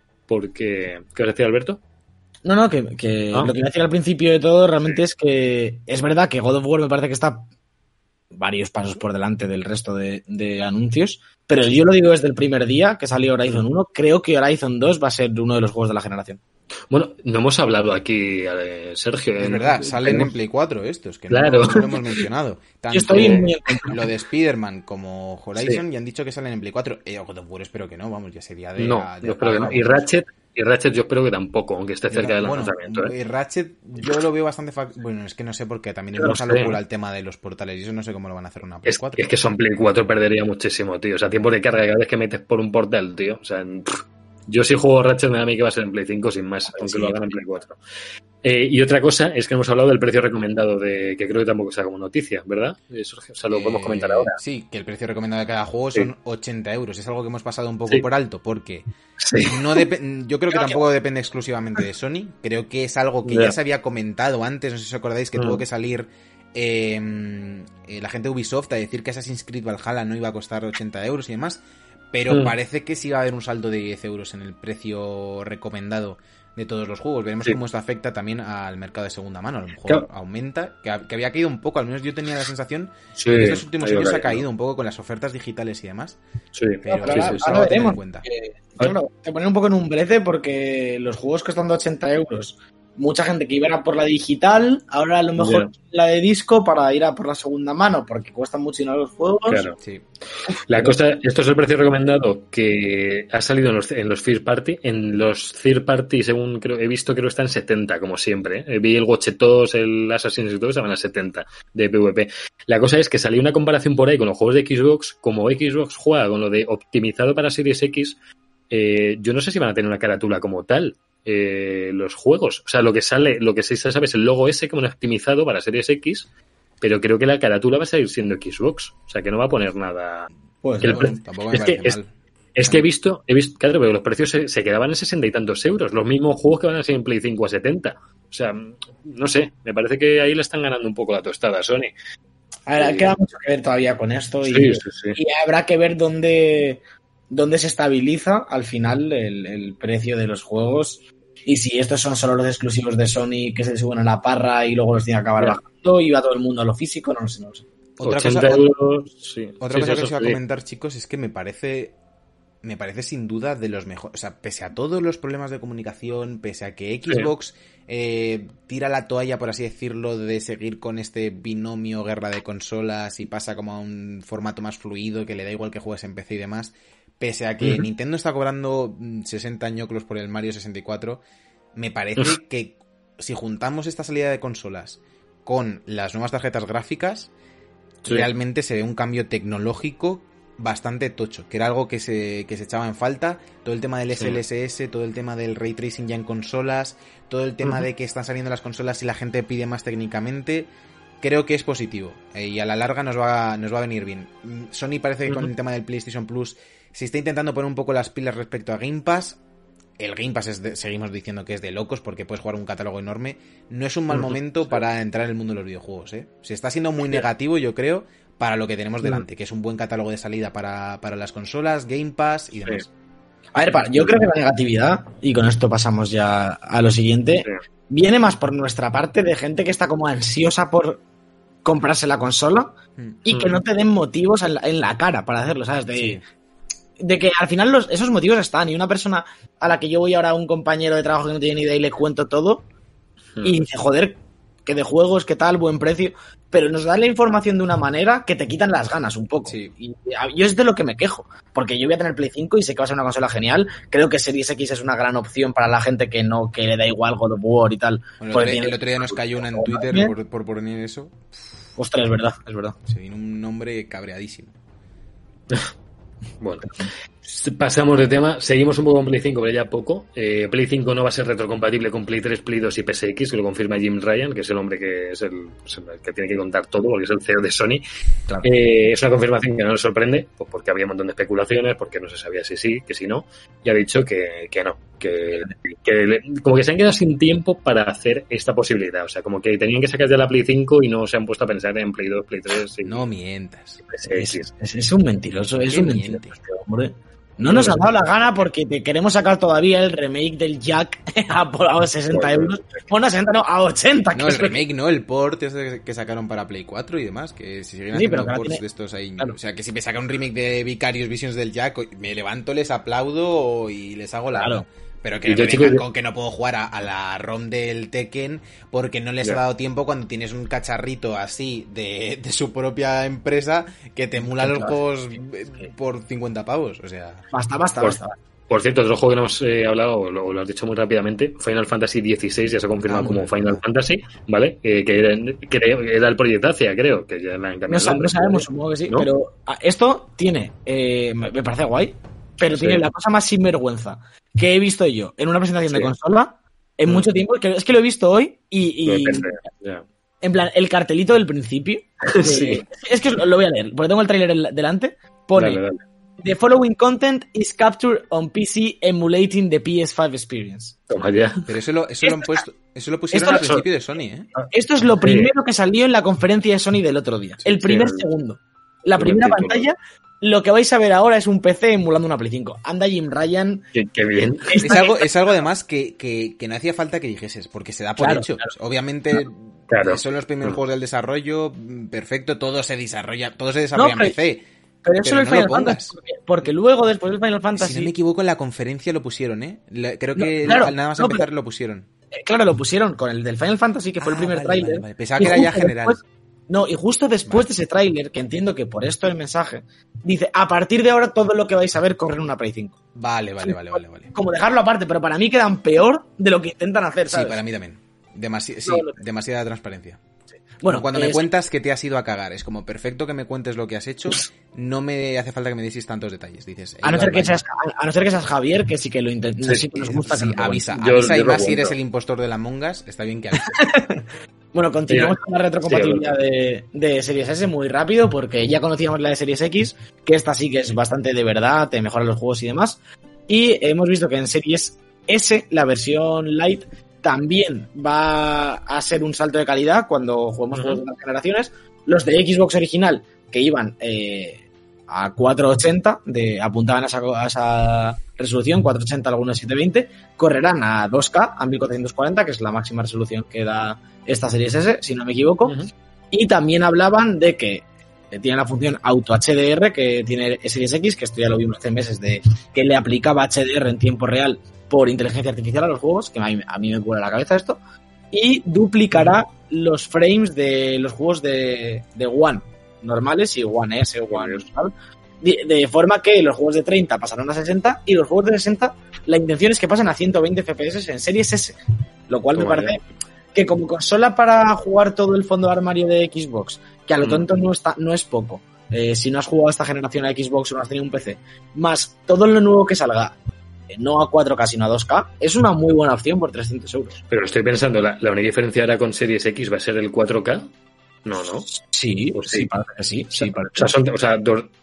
Porque, ¿qué os decía Alberto? No, que lo que iba a decir al principio de todo realmente es que es verdad que God of War me parece que está varios pasos por delante del resto de anuncios, pero yo lo digo desde el primer día que salió Horizon 1, creo que Horizon 2 va a ser uno de los juegos de la generación. Bueno, no hemos hablado aquí, Sergio. Es verdad, salen en Play 4 estos, que claro. no lo hemos mencionado. Tanto yo estoy muy lo de Spider-Man como Horizon ya han dicho que salen en Play 4. God of War espero que no, vamos, ya sería de... No, yo espero que no. Y Ratchet yo espero que tampoco, aunque esté cerca del lanzamiento. Y Ratchet yo lo veo bastante... Bueno, es que no sé por qué, también es mucha locura el tema de los portales y eso no sé cómo lo van a hacer una Play 4. Es que son Play 4 perdería muchísimo, tío. O sea, tiempo de carga cada vez que metes por un portal, tío. O sea, yo si juego Ratchet me da a mí que va a ser en Play 5 sin más, aunque lo hagan en Play 4. Y otra cosa es que hemos hablado del precio recomendado, que creo que tampoco sea como noticia, ¿verdad? Sergio? O sea, lo podemos comentar ahora. Sí, que el precio recomendado de cada juego son 80 euros. Es algo que hemos pasado un poco por alto, porque yo creo que tampoco depende exclusivamente de Sony. Creo que es algo que ya se había comentado antes, no sé si os acordáis, que tuvo que salir la gente de Ubisoft a decir que Assassin's Creed Valhalla no iba a costar 80 euros y demás. Pero parece que sí va a haber un salto de 10 euros en el precio recomendado de todos los juegos. Veremos cómo esto afecta también al mercado de segunda mano. A lo mejor aumenta, que había caído un poco, al menos yo tenía la sensación que en estos últimos años ha caído un poco con las ofertas digitales y demás. Sí, pero ahora veremos. En cuenta. Te ponen un poco en un brete porque los juegos costando 80 euros, mucha gente que iba a por la digital, ahora a lo mejor la de disco para ir a por la segunda mano, porque cuestan mucho dinero los juegos. Claro. Sí. La cosa, esto es el precio recomendado que ha salido en los Third Party. En los Third Party, según he visto, creo que está en 70, como siempre. Vi el Watch Dogs, el Assassin's Creed, estaban a 70 de PvP. La cosa es que salió una comparación por ahí con los juegos de Xbox. Como Xbox juega con lo de optimizado para Series X, yo no sé si van a tener una carátula como tal. Los juegos, o sea, lo que sí se sabe es el logo ese como optimizado para Series X, pero creo que la carátula va a seguir siendo Xbox, o sea que no va a poner nada. Pues tampoco me parece mal. Es que he visto, claro, pero los precios se quedaban en 60 y tantos euros, los mismos juegos que van a ser en Play 5 a 70, o sea, no sé, me parece que ahí le están ganando un poco la tostada a Sony. A ver, queda mucho que ver todavía con esto y habrá que ver dónde se estabiliza al final el precio de los juegos y si estos son solo los exclusivos de Sony que se suben a la parra y luego los tiene que acabar bajando y va todo el mundo a lo físico, no lo sé. Otra 80 cosa, euros, otra cosa que os iba a comentar, chicos, es que me parece sin duda de los mejores, o sea, pese a todos los problemas de comunicación, pese a que Xbox tira la toalla, por así decirlo, de seguir con este binomio guerra de consolas y pasa como a un formato más fluido que le da igual que juegues en PC y demás. Pese a que Nintendo está cobrando 60 ñoclos por el Mario 64, me parece que si juntamos esta salida de consolas con las nuevas tarjetas gráficas, realmente se ve un cambio tecnológico bastante tocho, que era algo que se echaba en falta. Todo el tema del SLSS, todo el tema del Ray Tracing ya en consolas, todo el tema de que están saliendo las consolas y la gente pide más técnicamente... Creo que es positivo y a la larga nos va a venir bien. Sony parece que con el tema del PlayStation Plus se está intentando poner un poco las pilas respecto a Game Pass. El Game Pass seguimos diciendo que es de locos porque puedes jugar un catálogo enorme. No es un mal momento para entrar en el mundo de los videojuegos. Se está siendo muy negativo, yo creo, para lo que tenemos delante, que es un buen catálogo de salida para las consolas, Game Pass y demás. A ver, yo creo que la negatividad, y con esto pasamos ya a lo siguiente, viene más por nuestra parte de gente que está como ansiosa por comprarse la consola y que no te den motivos en la cara para hacerlo, ¿sabes? de que al final esos motivos están, y una persona a la que yo voy ahora a un compañero de trabajo que no tiene ni idea y le cuento todo, y dice, joder, que de juegos, qué tal, buen precio, pero nos dan la información de una manera que te quitan las ganas un poco. Sí. Y yo es de lo que me quejo, porque yo voy a tener Play 5 y sé que va a ser una consola genial. Creo que Series X es una gran opción para la gente que le da igual God of War y tal. Bueno, el otro día nos cayó una en Twitter por poner eso. Ostras, es verdad. Se vino un nombre cabreadísimo. Bueno, pasamos de tema, seguimos un poco con Play 5, pero ya poco. Play 5 no va a ser retrocompatible con Play 3, Play 2 y PSX, que lo confirma Jim Ryan, que es el hombre que es el que tiene que contar todo, porque es el CEO de Sony. Claro. Es una confirmación que no nos sorprende, pues porque había un montón de especulaciones, porque no se sabía si sí, que si no, y ha dicho que no, que como que se han quedado sin tiempo para hacer esta posibilidad, o sea, como que tenían que sacar ya la Play 5 y no se han puesto a pensar en Play 2, Play 3 y, no mientas. Es un mentiroso, es un mentiroso este hombre. No nos ha dado la gana porque te queremos sacar todavía el remake del Jack a 60 euros. Bueno, a 60 no, a 80. No, el remake no, el port ese que sacaron para Play 4 y demás, que si siguen haciendo ports de estos ahí. Claro. O sea, que si me sacan un remake de Vicarious Visions del Jack, me levanto, les aplaudo y les hago la... Claro. Pero que me vengan con que no puedo jugar a la ROM del Tekken porque no les ha dado tiempo cuando tienes un cacharrito así de su propia empresa que te emula los juegos por 50 pavos. O sea... Basta. Por cierto, otro juego que no hemos hablado, lo has dicho muy rápidamente, Final Fantasy XVI ya se ha confirmado como Final Fantasy, ¿vale? Que era el Project Asia, creo, que ya la han cambiado. No sabemos, supongo que sí, ¿no? Pero esto tiene, me parece guay, pero tiene la cosa más sinvergüenza que he visto yo en una presentación de consola en mucho tiempo, que es que lo he visto hoy y en plan, el cartelito del principio, es que lo voy a leer, porque tengo el tráiler delante, pone... Dale. The following content is captured on PC emulating the PS5 experience. Toma ya. Pero eso lo pusieron al principio de Sony, ¿eh? Esto es lo primero que salió en la conferencia de Sony del otro día. El primer segundo. La primera pantalla, lo que vais a ver ahora es un PC emulando una Play 5. Anda Jim Ryan. Qué bien. Es algo además que no hacía falta que dijeses, porque se da por hecho. Claro. Obviamente son los primeros juegos del desarrollo, perfecto, todo se desarrolla en PC. Pero eso es el Final Fantasy, porque luego, después del Final Fantasy... Si no me equivoco, en la conferencia lo pusieron, ¿eh? Creo que nada más empezar lo pusieron. Claro, lo pusieron con el del Final Fantasy, que fue el primer tráiler. Vale. Pensaba que era ya general. Y justo después de ese tráiler, que entiendo que por esto el mensaje, dice, a partir de ahora todo lo que vais a ver corre en una Play 5. Vale. Como dejarlo aparte, pero para mí quedan peor de lo que intentan hacer, ¿sabes? Sí, para mí también. Demasiada transparencia. Bueno, cuando me cuentas que te has ido a cagar, es como perfecto que me cuentes lo que has hecho, no me hace falta que me deis tantos detalles, dices. A no ser que seas Javier, que sí que lo intenta, sí que nos gusta. Sí, avisa y más si eres el impostor de la Among Us, está bien que avises. Bueno, continuamos con la retrocompatibilidad de Series S muy rápido, porque ya conocíamos la de Series X, que esta sí que es bastante de verdad, te mejora los juegos y demás, y hemos visto que en Series S, la versión Lite, también va a ser un salto de calidad cuando juguemos juegos de las generaciones. Los de Xbox original, que iban a 480, apuntaban a esa resolución, 480, algunos 720, correrán a 2K, a 1440, que es la máxima resolución que da esta Series S, si no me equivoco. Y también hablaban de que tiene la función Auto HDR que tiene Series X, que esto ya lo vimos hace meses, de que le aplicaba HDR en tiempo real por inteligencia artificial a los juegos, que a mí me vuela la cabeza esto, y duplicará los frames de los juegos de One normales y One S o One normal, de forma que los juegos de 30 pasarán a 60 y los juegos de 60 la intención es que pasen a 120 FPS en Series S, lo cual me parece que como consola para jugar todo el fondo de armario de Xbox, que a lo tonto no es poco, si no has jugado esta generación a Xbox o no has tenido un PC, más todo lo nuevo que salga, no a 4K sino a 2K, es una muy buena opción por 300 euros. Pero estoy pensando, ¿la única diferencia ahora con Series X va a ser el 4K? No. Sí, pues sí, parece que sí. O sea,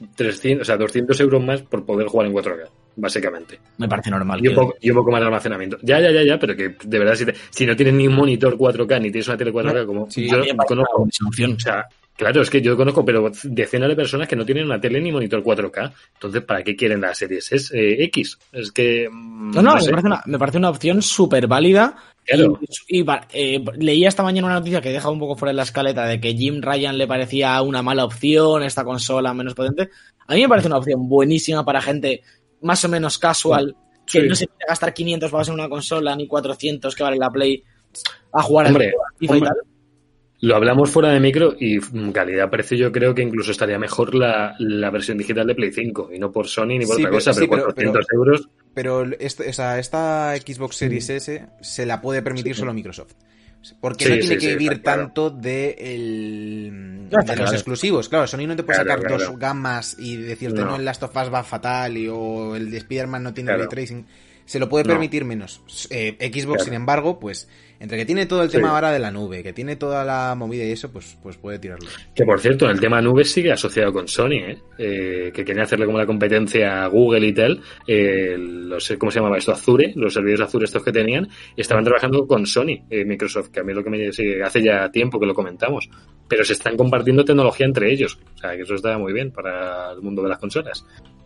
200 euros más por poder jugar en 4K, básicamente. Me parece normal. Y un poco más de almacenamiento. Ya, pero que de verdad, si no tienes ni un monitor 4K ni tienes una tele 4K, como yo conozco, opción. O sea, claro, es que yo conozco, pero decenas de personas que no tienen una tele ni monitor 4K. Entonces, ¿para qué quieren las series X? Es que... No sé. Me parece una opción súper válida. Claro. Y leí esta mañana una noticia que deja un poco fuera de la escaleta de que Jim Ryan le parecía una mala opción esta consola menos potente. A mí me parece una opción buenísima para gente más o menos casual, que Sí. no se quiere gastar 500 pavos en una consola, ni 400 que vale la Play, a jugar Hombre, al FIFA y tal. Lo hablamos fuera de micro y calidad-precio yo creo que incluso estaría mejor la versión digital de Play 5 y no por Sony ni por Sí, otra pero- cosa, sí, pero pero- 400 euros. Pero esta Xbox Series S se la puede permitir solo Microsoft. Porque Sí, no tiene sí, que sí, vivir está claro. tanto de Ya está los claro. exclusivos. Claro, Sony no te puede Claro, sacar claro. dos gamas y decirte no, el Last of Us va fatal o el de Spider-Man no tiene Claro. ray tracing. Se lo puede No. permitir menos. Xbox, Claro. sin embargo, pues entre que tiene todo el Sí. tema ahora de la nube, que tiene toda la movida y eso, pues puede tirarlo. Que por cierto, el tema nube sigue asociado con Sony, que quería hacerle como la competencia a Google y tal. ¿Cómo se llamaba esto? Azure, los servidores Azure estos que tenían, estaban trabajando con Sony, Microsoft, que a mí es lo que sí, hace ya tiempo que lo comentamos. Pero se están compartiendo tecnología entre ellos. O sea, que eso está muy bien para el mundo de las consolas.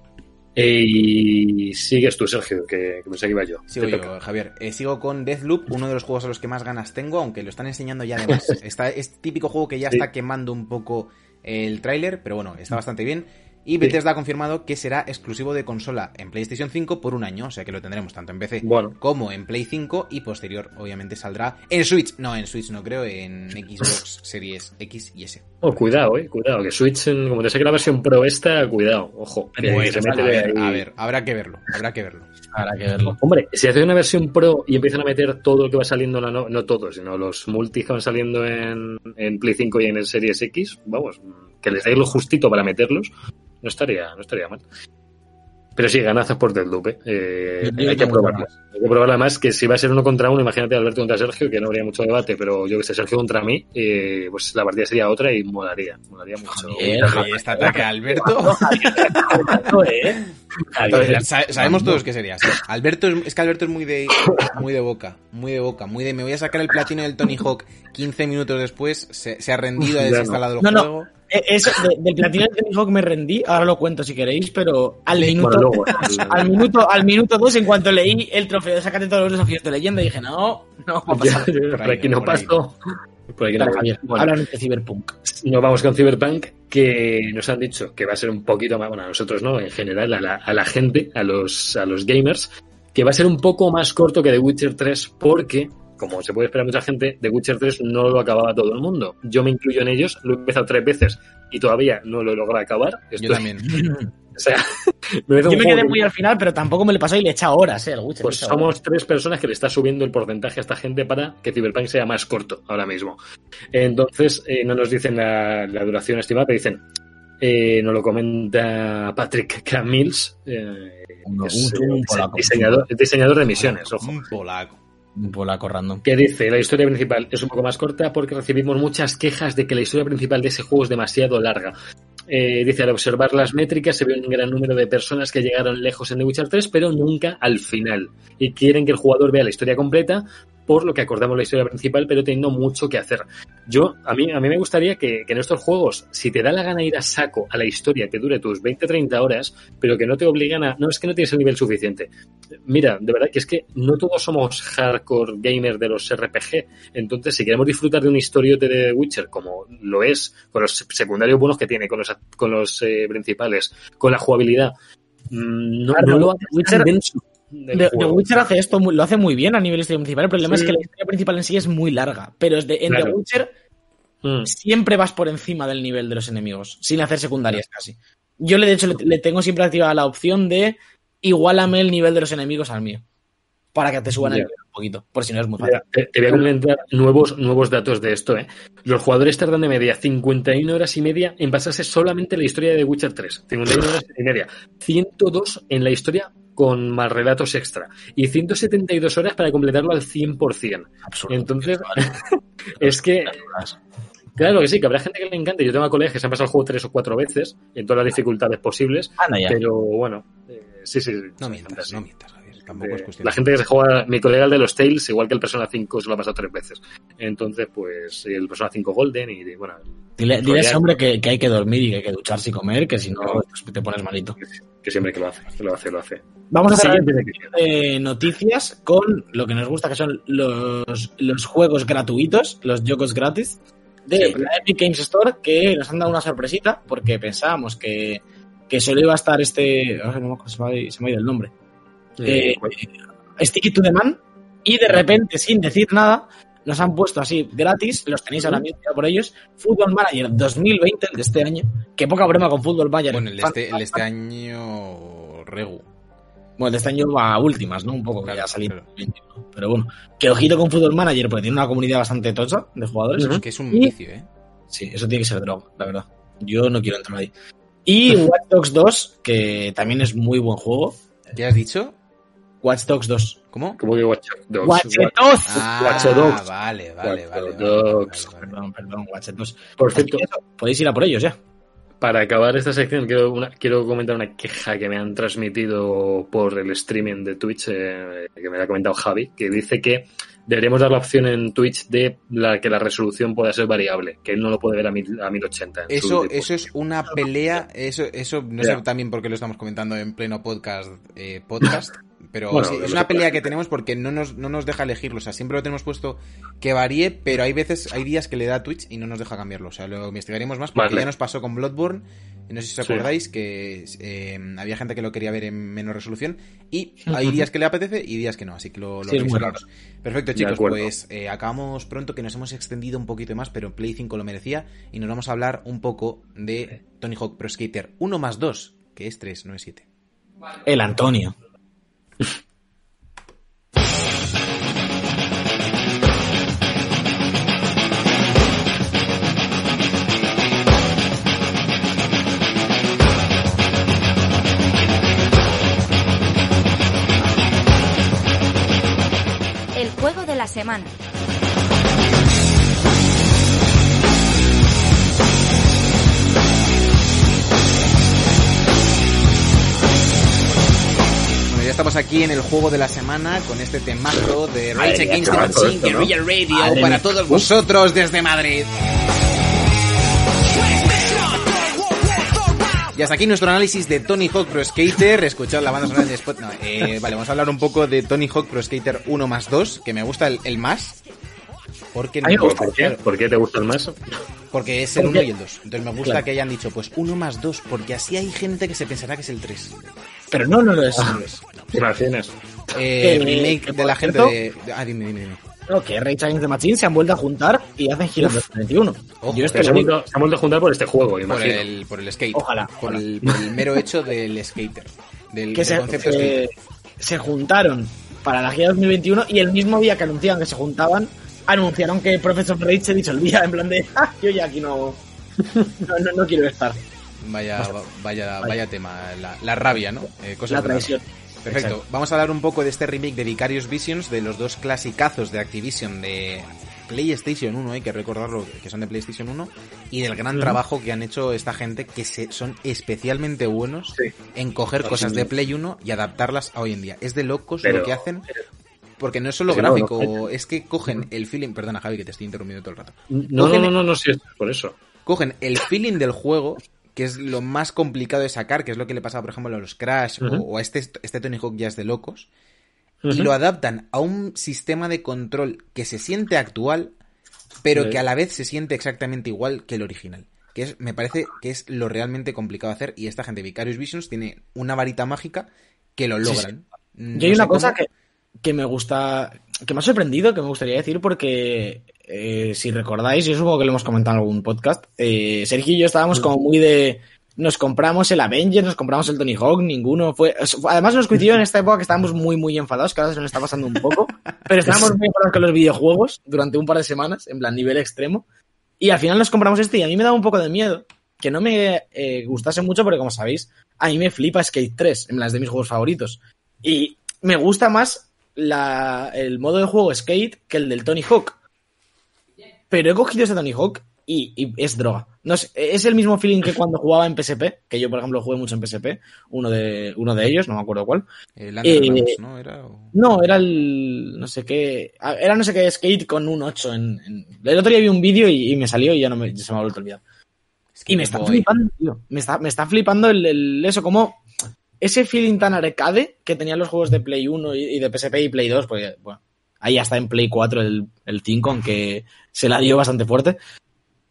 Y sigues tú, Sergio, que pensé que iba yo. Sigo Te yo, toca. Javier. Sigo con Deathloop, uno de los juegos a los que más ganas tengo, aunque lo están enseñando ya además. Es típico juego que ya Sí. está quemando un poco el tráiler, pero bueno, está bastante bien. Y Bethesda ha confirmado que será exclusivo de consola en PlayStation 5 por un año, o sea que lo tendremos tanto en PC Bueno. como en Play 5 y posterior obviamente saldrá en Switch. No, en Switch no creo, en Xbox Series X y S. Oh, cuidado, cuidado, que Switch, como te saque la versión Pro esta, cuidado, ojo. Que Pues, se mete a ver, ahí. habrá que verlo, habrá que verlo. Habrá que verlo. Hombre, si haces una versión Pro y empiezan a meter todo lo que va saliendo, no todo, sino los multis que van saliendo en Play 5 y en el Series X, vamos, que les dais lo justito para meterlos, no estaría mal. Pero sí, ganazas por Deathloop, Yo hay que tengo probarlo. Hay que probarlo además, que si va a ser 1 contra 1, imagínate Alberto contra Sergio, que no habría mucho debate, pero yo que sé, Sergio contra mí, pues la partida sería otra y molaría mucho. Joder, Oye, este ataque a Alberto. Sabemos todos que sería así. Alberto es que Alberto es muy de boca, muy de me voy a sacar el platino del Tony Hawk 15 minutos después, se ha rendido, ha Ya desinstalado el No, juego. Eso, del platino de Tony Hawk me rendí, ahora lo cuento si queréis, pero al minuto, luego, al minuto 2, en cuanto leí el trofeo de sácate todos los desafíos de leyenda, dije, no va a pasar. por aquí no por ahí. paso. Por aquí no Dale, paso. Javier, Bueno, háblanos de Cyberpunk. nos vamos con Cyberpunk, que nos han dicho que va a ser un poquito más, bueno, a nosotros no, en general, a la gente, a los gamers, que va a ser un poco más corto que The Witcher 3, porque, como se puede esperar mucha gente, The Witcher 3 no lo acababa todo el mundo. Yo me incluyo en ellos, lo he empezado 3 veces y todavía no lo he logrado acabar. Yo también. O sea, me Yo me quedé muy al final, pero tampoco me le pasó y le he echado horas, el Witcher. Pues somos 3 personas que le está subiendo el porcentaje a esta gente para que Cyberpunk sea más corto ahora mismo. Entonces, no nos dicen la duración estimada, pero dicen, nos lo comenta Patrick Camils, un polaco. diseñador de misiones, ojo. Un polaco. Un polaco random. Que dice, la historia principal es un poco más corta porque recibimos muchas quejas de que la historia principal de ese juego es demasiado larga. Dice, al observar las métricas se ve un gran número de personas que llegaron lejos en The Witcher 3, pero nunca al final. Y quieren que el jugador vea la historia completa, por lo que acordamos la historia principal, pero teniendo mucho que hacer. A mí me gustaría que en estos juegos, si te da la gana ir a saco a la historia, que dure tus 20-30 horas, pero que no te obligan a... No, es que no tienes el nivel suficiente. Mira, de verdad que es que no todos somos hardcore gamers de los RPG. Entonces, si queremos disfrutar de una historia de The Witcher, como lo es, con los secundarios buenos que tiene, con los principales, con la jugabilidad, no lo hace Witcher- denso. The Witcher hace esto, lo hace muy bien a nivel historia principal. El problema es que la historia principal en sí es muy larga, pero en Claro. The Witcher siempre vas por encima del nivel de los enemigos, sin hacer secundarias casi. Yo, de hecho, le tengo siempre activada la opción de igualame el nivel de los enemigos al mío, para que te suban el nivel un poquito, por si no es muy fácil. Mira, te voy a comentar nuevos datos de esto. Los jugadores tardan de media 51 horas y media en pasarse solamente la historia de The Witcher 3. 51 horas y media. 102 en la historia con más relatos extra. Y 172 horas para completarlo al 100%. Absurdo. Entonces, es que... Claro que sí, que habrá gente que le encante. Yo tengo a colegas que se han pasado el juego 3 o 4 veces en todas las dificultades posibles. Anda ya. Pero bueno, sí. No mientas, Javier. Tampoco es cuestión. La gente que se juega, mi colega el de los Tales, igual que el Persona 5, se lo ha pasado 3 veces. Entonces, pues, el Persona 5 Golden y bueno... Dile a ese hombre que hay que dormir y que hay que ducharse y comer, que si no te pones malito. Que siempre que lo hace. Vamos a cerrar Siguiente noticias con lo que nos gusta, que son los juegos gratuitos, los juegos gratis de la Epic Games Store, que nos han dado una sorpresita porque pensábamos que que solo iba a estar no, se me ha ido el nombre. Stick It to the Man, y de repente, sin decir nada, nos han puesto así gratis, los tenéis ahora mismo por ellos, Football Manager 2020, el de este año, que poca broma con Football Manager. Bueno, el de este año Regu. Bueno, el de este año va a últimas, ¿no? Un poco, claro, que ya ha salido claro. 21. Pero bueno, que ojito con Football Manager, porque tiene una comunidad bastante tocha de jugadores. Es que es un vicio, ¿eh? Sí, eso tiene que ser droga, la verdad. Yo no quiero entrar ahí. Y Watch Dogs 2, que también es muy buen juego. ¿Qué has dicho? Watch Dogs 2. ¿Cómo? ¿Cómo que Watch Dogs? Watch Dogs. Watch Dogs. Vale. Watch Dogs. Perdón, Watch Dogs. Por cierto, podéis ir a por ellos ya. para acabar esta sección, quiero comentar una queja que me han transmitido por el streaming de Twitch, que me ha comentado Javi, que dice que deberíamos dar la opción en Twitch de que la resolución pueda ser variable, que él no lo puede ver a 1080. Eso es una pelea, eso no sé también por qué lo estamos comentando en pleno podcast, pero bueno, sí, es una pelea que tenemos porque no nos deja elegirlo, o sea, siempre lo tenemos puesto que varíe, pero hay días que le da Twitch y no nos deja cambiarlo, o sea, lo investigaremos más porque ya nos pasó con Bloodborne, no sé si os acordáis que había gente que lo quería ver en menos resolución y hay días que le apetece y días que no, así que lo revisamos. Perfecto, chicos, pues acabamos pronto, que nos hemos extendido un poquito más, pero Play 5 lo merecía y nos vamos a hablar un poco de Tony Hawk Pro Skater 1 más 2, que es 3, no es 7. El Antonio. El juego de la semana. Ya estamos aquí en el juego de la semana con este temazo de Rage Against the Machine, Guerrilla Radio, para todos vosotros desde Madrid. Y hasta aquí nuestro análisis de Tony Hawk Pro Skater. Escuchad la banda sonora de Spot. Vale, vamos a hablar un poco de Tony Hawk Pro Skater 1 más 2, que me gusta el más. Porque ¿Por qué te gusta el más? Porque es el 1 y el 2. Entonces me gusta que hayan dicho, pues 1 más 2, porque así hay gente que se pensará que es el 3. Pero no lo es. ¿Te imaginas? Remake de la gente de... Dime. No, que Rage Against the Machine se han vuelto a juntar y hacen Hero 21. Yo se han vuelto a juntar por este juego, imagino. Por el skate. Ojalá. Por el mero hecho del skater. Del concepto skater. Se juntaron para la gira 2021 y el mismo día que anunciaban que se juntaban, anunciaron que Professor Rage se disolvía, en plan de, yo ya aquí no quiero estar. Vaya tema, la rabia, ¿no? La traición. Perfecto. Exacto. Vamos a hablar un poco de este remake de Vicarious Visions, de los dos clasicazos de Activision de PlayStation 1, hay que recordarlo, que son de PlayStation 1, y del gran trabajo que han hecho esta gente, que son especialmente buenos en coger cosas de Play 1 y adaptarlas a hoy en día. Es de locos lo que hacen, porque no es solo gráfico, es que cogen el feeling... Perdona, Javi, que te estoy interrumpiendo todo el rato. No, sí, es por eso. Cogen el feeling del juego, que es lo más complicado de sacar, que es lo que le pasaba, por ejemplo, a los Crash o a este Tony Hawk ya es de locos, y lo adaptan a un sistema de control que se siente actual, pero que a la vez se siente exactamente igual que el original. Me parece que es lo realmente complicado de hacer, y esta gente, Vicarious Visions, tiene una varita mágica que lo logran. Sí. Yo hay una cosa que me gusta, que me ha sorprendido, que me gustaría decir, porque... si recordáis, yo supongo que lo hemos comentado en algún podcast, Sergio y yo estábamos como muy de... Nos compramos el Avengers, nos compramos el Tony Hawk, ninguno fue... Además nos coincidió en esta época que estábamos muy, muy enfadados, que ahora se nos está pasando un poco, pero estábamos muy enfadados con los videojuegos durante un par de semanas, en plan nivel extremo, y al final nos compramos este y a mí me daba un poco de miedo, que no me gustase mucho, porque como sabéis, a mí me flipa Skate 3, en plan es de mis juegos favoritos, y me gusta más el modo de juego Skate que el del Tony Hawk. Pero he cogido ese Tony Hawk y es droga. No es el mismo feeling que cuando jugaba en PSP, que yo, por ejemplo, jugué mucho en PSP, uno de ellos, no me acuerdo cuál. El Undergrounds, ¿no? No, era el no sé qué Skate con un 8 el otro día vi un vídeo y me salió y ya se me ha vuelto a olvidar. Y me está flipando, tío. Me está flipando eso, como ese feeling tan arcade que tenían los juegos de Play 1 y de PSP y Play 2, porque, bueno, ahí ya está en Play 4 el 5, aunque se la dio bastante fuerte.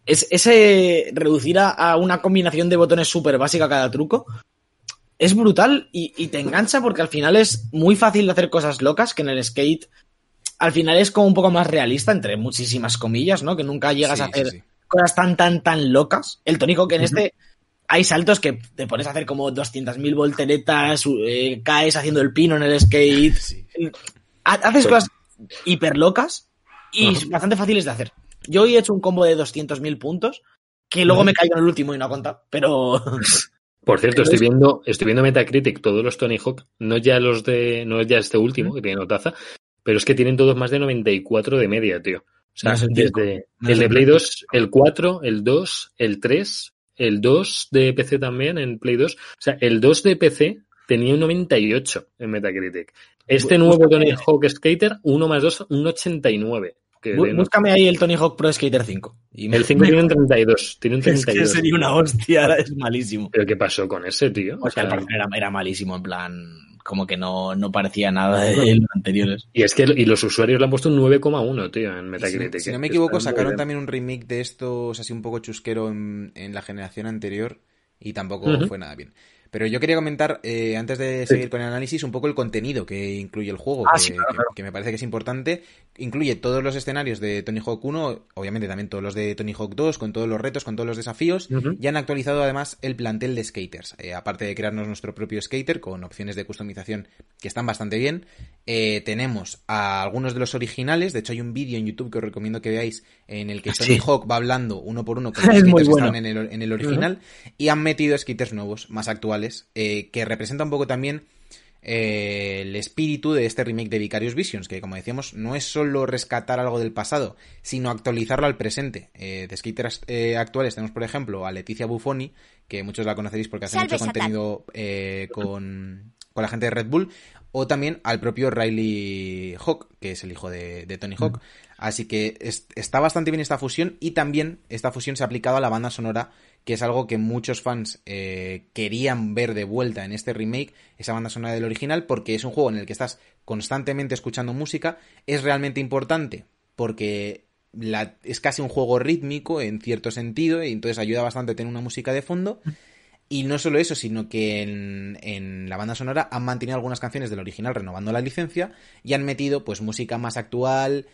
ese reducir a una combinación de botones súper básica cada truco es brutal y te engancha porque al final es muy fácil de hacer cosas locas, que en el skate al final es como un poco más realista, entre muchísimas comillas, ¿no? Que nunca llegas a hacer cosas tan locas. El Tony Hawk en este hay saltos que te pones a hacer como 200.000 volteretas, caes haciendo el pino en el skate. Sí. Haces cosas hiper locas y bastante fáciles de hacer. Yo hoy he hecho un combo de 200.000 puntos que luego me caigo en el último y no ha contado, pero... Por cierto, estoy viendo Metacritic, todos los Tony Hawk, no ya este último, que tiene notaza, pero es que tienen todos más de 94 de media, tío. O sea, desde el de Play 2, el 4, el 2, el 3, el 2 de PC también en Play 2. O sea, el 2 de PC tenía un 98 en Metacritic. Este nuevo Tony Hawk Skater, 1 más 2, un 89. Búscame ahí el Tony Hawk Pro Skater 5. El 5 tiene un 32. Tiene un 32. Es que sería una hostia, es malísimo. ¿Pero qué pasó con ese, tío? O sea, era malísimo, en plan... Como que no parecía nada de los anteriores. Y es que los usuarios le han puesto un 9,1, tío, en Metacritic. Si no me equivoco, sacaron también un remake de estos así un poco chusquero en la generación anterior y tampoco fue nada bien. Pero yo quería comentar, antes de seguir con el análisis, un poco el contenido que incluye el juego, que me parece que es importante. Incluye todos los escenarios de Tony Hawk 1, obviamente también todos los de Tony Hawk 2, con todos los retos, con todos los desafíos, y han actualizado además el plantel de skaters. Aparte de crearnos nuestro propio skater, con opciones de customización que están bastante bien, tenemos a algunos de los originales. De hecho hay un vídeo en YouTube que os recomiendo que veáis, en el que Tony Hawk va hablando uno por uno con los skaters que estaban en el original, y han metido skaters nuevos, más actuales, que representa un poco también el espíritu de este remake de Vicarious Visions, que como decíamos no es solo rescatar algo del pasado, sino actualizarlo al presente. De skaters actuales tenemos, por ejemplo, a Leticia Buffoni, que muchos la conoceréis porque hace mucho contenido con la gente de Red Bull, o también al propio Riley Hawk, que es el hijo de Tony Hawk. Así que está bastante bien esta fusión, y también esta fusión se ha aplicado a la banda sonora, que es algo que muchos fans querían ver de vuelta en este remake, esa banda sonora del original, porque es un juego en el que estás constantemente escuchando música. Es realmente importante porque es casi un juego rítmico en cierto sentido, y entonces ayuda bastante a tener una música de fondo. Y no solo eso, sino que en la banda sonora han mantenido algunas canciones del original renovando la licencia, y han metido pues música más actual,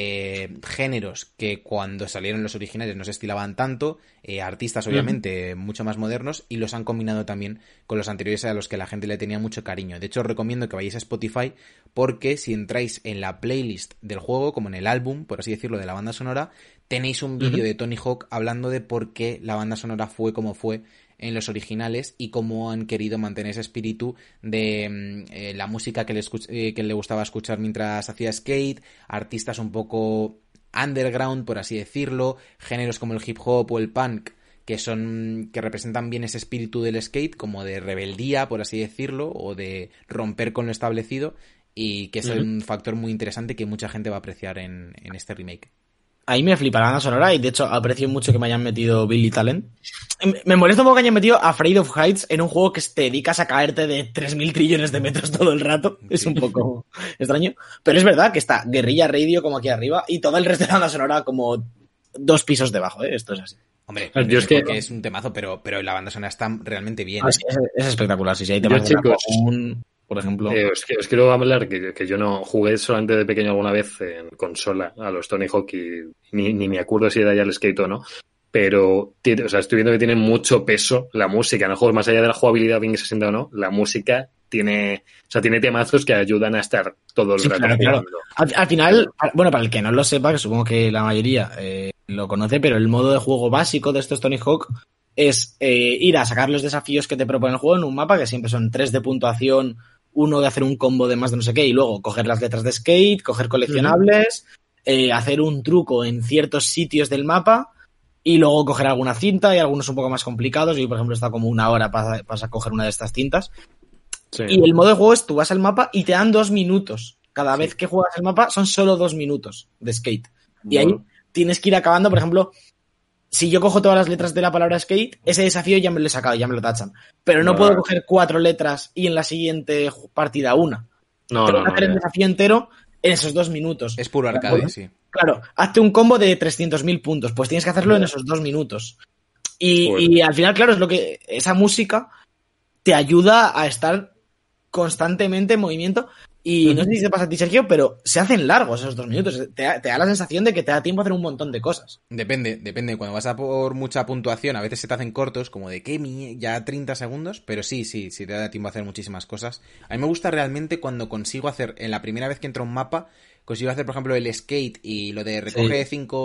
géneros que cuando salieron los originales no se estilaban tanto, artistas obviamente mucho más modernos, y los han combinado también con los anteriores a los que la gente le tenía mucho cariño. De hecho, os recomiendo que vayáis a Spotify, porque si entráis en la playlist del juego, como en el álbum, por así decirlo, de la banda sonora, tenéis un vídeo de Tony Hawk hablando de por qué la banda sonora fue como fue en los originales, y cómo han querido mantener ese espíritu de la música que le gustaba escuchar mientras hacía skate, artistas un poco underground, por así decirlo, géneros como el hip hop o el punk, que representan bien ese espíritu del skate, como de rebeldía, por así decirlo, o de romper con lo establecido, y que es un factor muy interesante que mucha gente va a apreciar en este remake. Ahí me flipa la banda sonora, y de hecho aprecio mucho que me hayan metido Billy Talent. Me molesta un poco que hayan metido Afraid of Heights en un juego que te dedicas a caerte de 3.000 trillones de metros todo el rato. Es un poco extraño. Pero es verdad que está Guerrilla Radio como aquí arriba, y todo el resto de la banda sonora como 2 pisos debajo, ¿eh? Esto es así. Hombre, yo es que es un temazo, pero la banda sonora está realmente bien. Sí, es espectacular, sí, hay temas por ejemplo. Os quiero hablar que yo no jugué solamente de pequeño alguna vez en consola a los Tony Hawk, y ni me acuerdo si era ya el skate o no, pero estoy viendo que tiene mucho peso la música en el juego, más allá de la jugabilidad bien que se sienta o no, la música tiene temazos que ayudan a estar todo el rato. Claro. Al final, bueno, para el que no lo sepa, que supongo que la mayoría lo conoce, pero el modo de juego básico de estos Tony Hawk es ir a sacar los desafíos que te propone el juego en un mapa, que siempre son 3 de puntuación, 1 de hacer un combo de más de no sé qué, y luego coger las letras de skate, coger coleccionables, hacer un truco en ciertos sitios del mapa, y luego coger alguna cinta, y algunos un poco más complicados. Yo, por ejemplo, he estado como 1 hora para coger una de estas cintas. Sí. Y el modo de juego es, tú vas al mapa y te dan 2 minutos. Cada vez que juegas el mapa son solo 2 minutos de skate. Y ahí tienes que ir acabando, por ejemplo, si yo cojo todas las letras de la palabra skate, ese desafío ya me lo he sacado, ya me lo tachan. Pero no puedo coger 4 letras y en la siguiente partida 1. Tengo que hacer el desafío entero en esos 2 minutos. Es puro arcade, sí. Claro, hazte un combo de 300.000 puntos, pues tienes que hacerlo en esos 2 minutos. Y al final, claro, es lo que esa música te ayuda a estar constantemente en movimiento. Y no sé si te pasa a ti, Sergio, pero se hacen largos esos 2 minutos. Te da la sensación de que te da tiempo a hacer un montón de cosas. Depende. Cuando vas a por mucha puntuación, a veces se te hacen cortos, como de que ya 30 segundos, pero sí, te da tiempo a hacer muchísimas cosas. A mí me gusta realmente cuando consigo hacer, en la primera vez que entro a un mapa, consigo hacer, por ejemplo, el skate y lo de recoge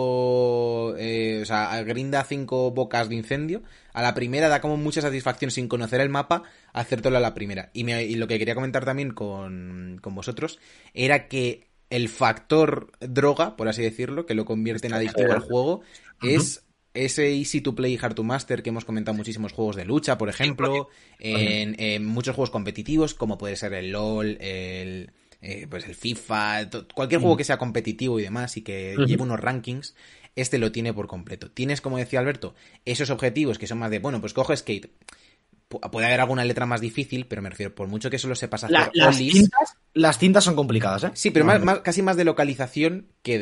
5, grinda 5 bocas de incendio. A la primera da como mucha satisfacción sin conocer el mapa hacértelo a la primera. Y lo que quería comentar también con vosotros era que el factor droga, por así decirlo, que lo convierte en adictivo al juego, es ese easy to play, hard to master que hemos comentado en muchísimos juegos de lucha, por ejemplo, en muchos juegos competitivos, como puede ser el LoL, pues el FIFA, cualquier juego que sea competitivo y demás y que lleve unos rankings, este lo tiene por completo. Tienes, como decía Alberto, esos objetivos que son más de, bueno, pues cojo skate. Puede haber alguna letra más difícil, pero me refiero, por mucho que solo sepas hacer las cintas son complicadas, ¿eh? Sí, pero casi más de localización que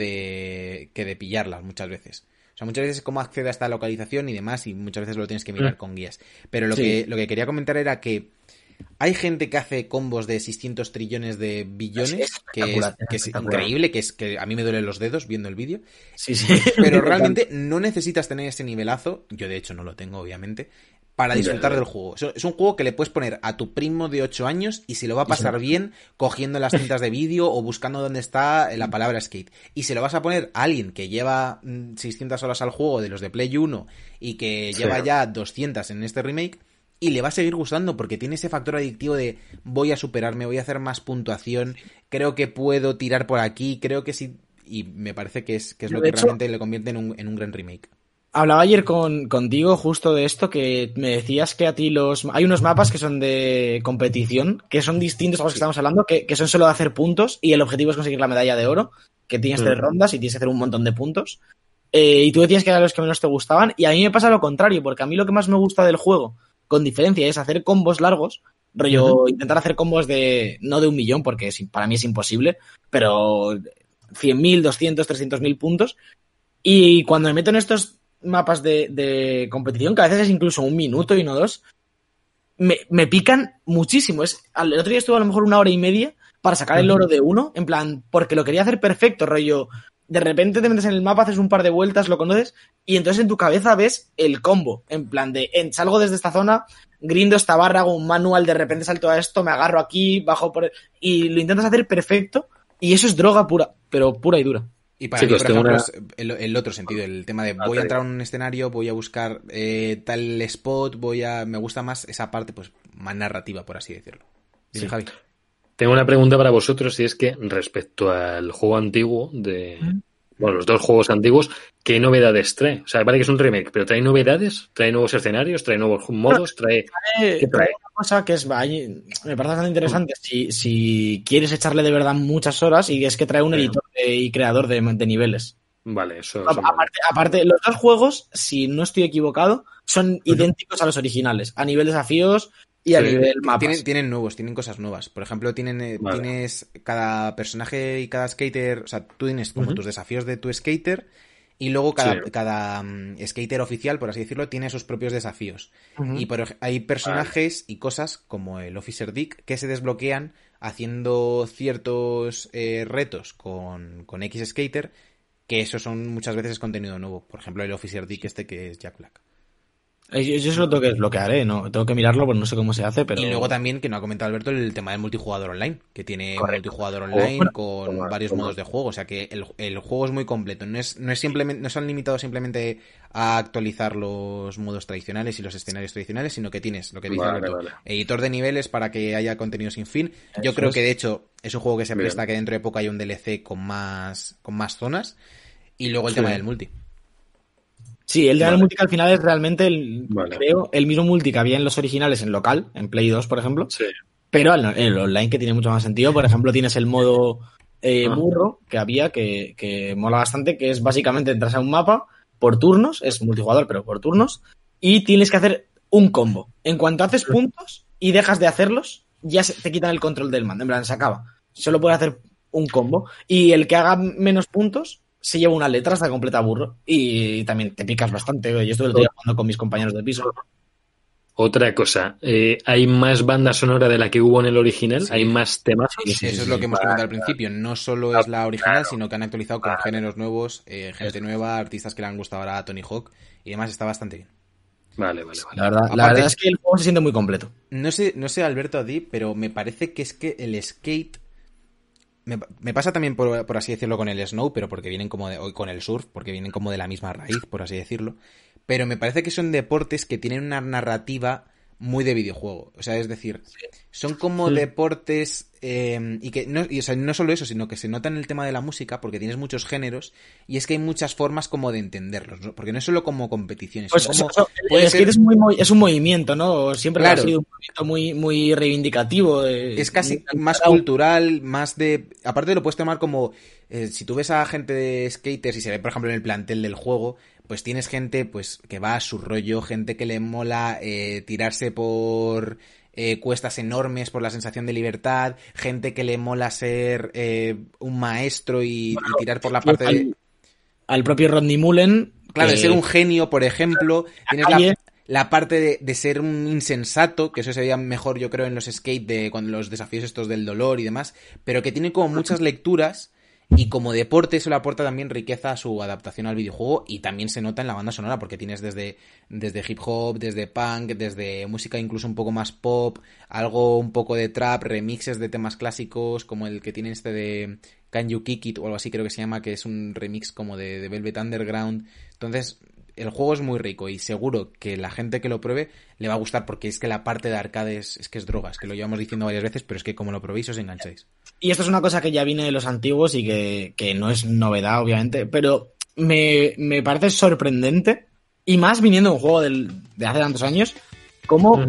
de pillarlas muchas veces. O sea, muchas veces cómo accede a esta localización y demás, y muchas veces lo tienes que mirar con guías. Pero lo que quería comentar era que hay gente que hace combos de 600 trillones de billones, que es increíble, que a mí me duelen los dedos viendo el vídeo. Sí. Pero realmente no necesitas tener ese nivelazo, yo de hecho no lo tengo, obviamente, para disfrutar del juego. Es un juego que le puedes poner a tu primo de 8 años y se lo va a pasar bien cogiendo las cintas de vídeo o buscando dónde está la palabra skate. Y se lo vas a poner a alguien que lleva 600 horas al juego de los de Play 1 y que lleva ya 200 en este remake, y le va a seguir gustando porque tiene ese factor adictivo de voy a superarme, voy a hacer más puntuación, creo que puedo tirar por aquí, creo que sí, y me parece que es lo que realmente le convierte en un gran remake. Hablaba ayer contigo justo de esto, que me decías que a ti hay unos mapas que son de competición, que son distintos a los que estamos hablando, que son solo de hacer puntos y el objetivo es conseguir la medalla de oro, que tienes 3 rondas y tienes que hacer un montón de puntos. Y tú decías que eran los que menos te gustaban, y a mí me pasa lo contrario, porque a mí lo que más me gusta del juego, con diferencia, es hacer combos largos, rollo, intentar hacer combos no de 1 millón, porque para mí es imposible, pero 100.000, 200, 300.000 puntos. Y cuando me meto en estos mapas de competición, que a veces es incluso 1 minuto y no 2, me pican muchísimo. El otro día estuve a lo mejor 1 hora y media para sacar el oro de 1, en plan, porque lo quería hacer perfecto, rollo. De repente te metes en el mapa, haces un par de vueltas, lo conoces, y entonces en tu cabeza ves el combo, en plan de, salgo desde esta zona, grindo esta barra, hago un manual, de repente salto a esto, me agarro aquí, bajo y lo intentas hacer perfecto, y eso es droga pura, pero pura y dura. Y para mí, por ejemplo, es el otro sentido, el tema de voy a entrar a un escenario, voy a buscar tal spot, me gusta más esa parte, pues, más narrativa, por así decirlo. Dime, Javi. Tengo una pregunta para vosotros, y es que respecto al juego antiguo los 2 juegos antiguos, ¿qué novedades trae? O sea, vale que es un remake, pero ¿trae novedades? ¿Trae nuevos escenarios? ¿Trae nuevos modos? ¿Qué trae? Una cosa que me parece bastante interesante si quieres echarle de verdad muchas horas, y es que trae un editor y creador de niveles. Vale, eso. Aparte, los 2 juegos, si no estoy equivocado, son idénticos a los originales, a nivel desafíos y a nivel mapas. Tienen cosas nuevas. Por ejemplo, tienes cada personaje y cada skater, o sea, tú tienes como tus desafíos de tu skater, y luego cada skater oficial, por así decirlo, tiene sus propios desafíos. Y hay personajes y cosas como el Officer Dick que se desbloquean haciendo ciertos retos con X skater, que eso muchas veces es contenido nuevo. Por ejemplo, el Officer Dick que es Jack Black. Yo eso lo tengo que desbloquear, ¿no? Tengo que mirarlo, pues no sé cómo se hace, pero... Y luego también, que no ha comentado Alberto, el tema del multijugador online, que tiene multijugador online con varios modos de juego. O sea que el juego es muy completo. No se han limitado simplemente a actualizar los modos tradicionales y los escenarios tradicionales, sino que tienes, lo que dice Alberto, editor de niveles para que haya contenido sin fin. Yo creo que, de hecho, es un juego que se presta que dentro de poco haya un DLC con más zonas. Y luego el tema del multi. Sí, el tema del multi, que al final es realmente creo, el mismo multi que había en los originales en local, en Play 2, por ejemplo. Sí. Pero en el online, que tiene mucho más sentido. Por ejemplo, tienes el modo burro que había, que mola bastante, que es básicamente entras a un mapa por turnos, es multijugador, pero por turnos, y tienes que hacer un combo. En cuanto haces puntos y dejas de hacerlos, ya te quitan el control del mando. En plan, se acaba. Solo puedes hacer un combo. Y el que haga menos puntos se lleva una letra hasta completa burro y también te picas bastante. Yo estuve el día jugando con mis compañeros de piso. Otra cosa, ¿hay más banda sonora de la que hubo en el original? Sí. ¿Hay más temas? Eso es lo que hemos comentado al principio. No solo es la original, sino que han actualizado con géneros nuevos, gente nueva, artistas que le han gustado ahora a Tony Hawk y demás. Está bastante bien. Vale. La verdad es que el juego se siente muy completo. No sé, Alberto, a ti, pero me parece que es que el skate... Me pasa también, por así decirlo, con el snow, pero porque vienen como o con el surf, porque vienen como de la misma raíz, por así decirlo. Pero me parece que son deportes que tienen una narrativa muy de videojuego. O sea, es decir, son como deportes y que no solo eso, sino que se nota en el tema de la música porque tienes muchos géneros y es que hay muchas formas como de entenderlos, ¿no? Porque no es solo como competiciones. Pues como, el skate es un movimiento, ¿no? Siempre claro, ha sido un movimiento muy reivindicativo. Es casi más cultural, más de... Aparte lo puedes tomar como... si tú ves a gente de skaters y se ve, por ejemplo, en el plantel del juego, pues tienes gente pues que va a su rollo, gente que le mola tirarse por cuestas enormes por la sensación de libertad, gente que le mola ser un maestro y tirar por la parte de... Al propio Rodney Mullen. Claro, de ser un genio, por ejemplo. Tienes la parte de ser un insensato, que eso se veía mejor, yo creo, en los skate, cuando los desafíos estos del dolor y demás, pero que tiene como muchas lecturas. Y como deporte eso le aporta también riqueza a su adaptación al videojuego y también se nota en la banda sonora porque tienes desde hip hop, desde punk, desde música incluso un poco más pop, algo un poco de trap, remixes de temas clásicos como el que tiene de Can You Kick It o algo así creo que se llama, que es un remix como de Velvet Underground. Entonces el juego es muy rico y seguro que la gente que lo pruebe le va a gustar porque es que la parte de arcade es que es droga, es que lo llevamos diciendo varias veces, pero es que como lo probéis os engancháis. Y esto es una cosa que ya viene de los antiguos y que no es novedad, obviamente, pero me parece sorprendente, y más viniendo de un juego de hace tantos años, cómo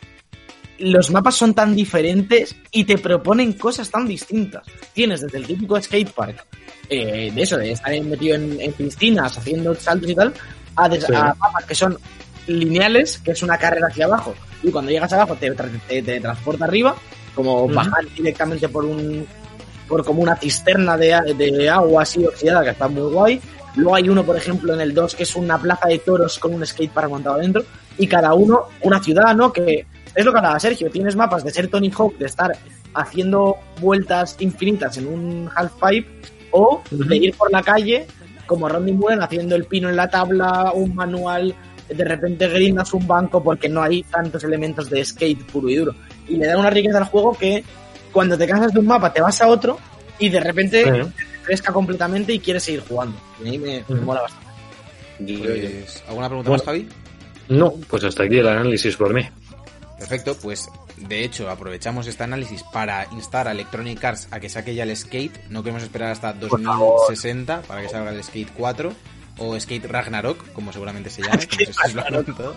los mapas son tan diferentes y te proponen cosas tan distintas. Tienes desde el típico skatepark, de eso, de estar metido en piscinas, haciendo saltos y tal, a mapas que son lineales, que es una carrera hacia abajo, y cuando llegas abajo te transporta arriba, como bajar directamente por como una cisterna de agua así oxidada, que está muy guay. Luego hay uno, por ejemplo, en el 2, que es una plaza de toros con un skatepark montado adentro, y cada uno una ciudad, ¿no? Que es lo que hablaba Sergio, tienes mapas de ser Tony Hawk, de estar haciendo vueltas infinitas en un halfpipe, o de ir por la calle, como Rodney Mullen, haciendo el pino en la tabla, un manual, de repente grindas un banco porque no hay tantos elementos de skate puro y duro. Y le da una riqueza al juego que cuando te cansas de un mapa te vas a otro y de repente te refresca completamente y quieres seguir jugando. Y a mí me mola bastante. Pues, ¿alguna pregunta más, Javi? No, pues hasta aquí el análisis por mí. Perfecto, pues de hecho aprovechamos este análisis para instar a Electronic Arts a que saque ya el Skate. No queremos esperar hasta 2060 para que salga el Skate 4 o Skate Ragnarok, como seguramente se llame, como se lo han todo.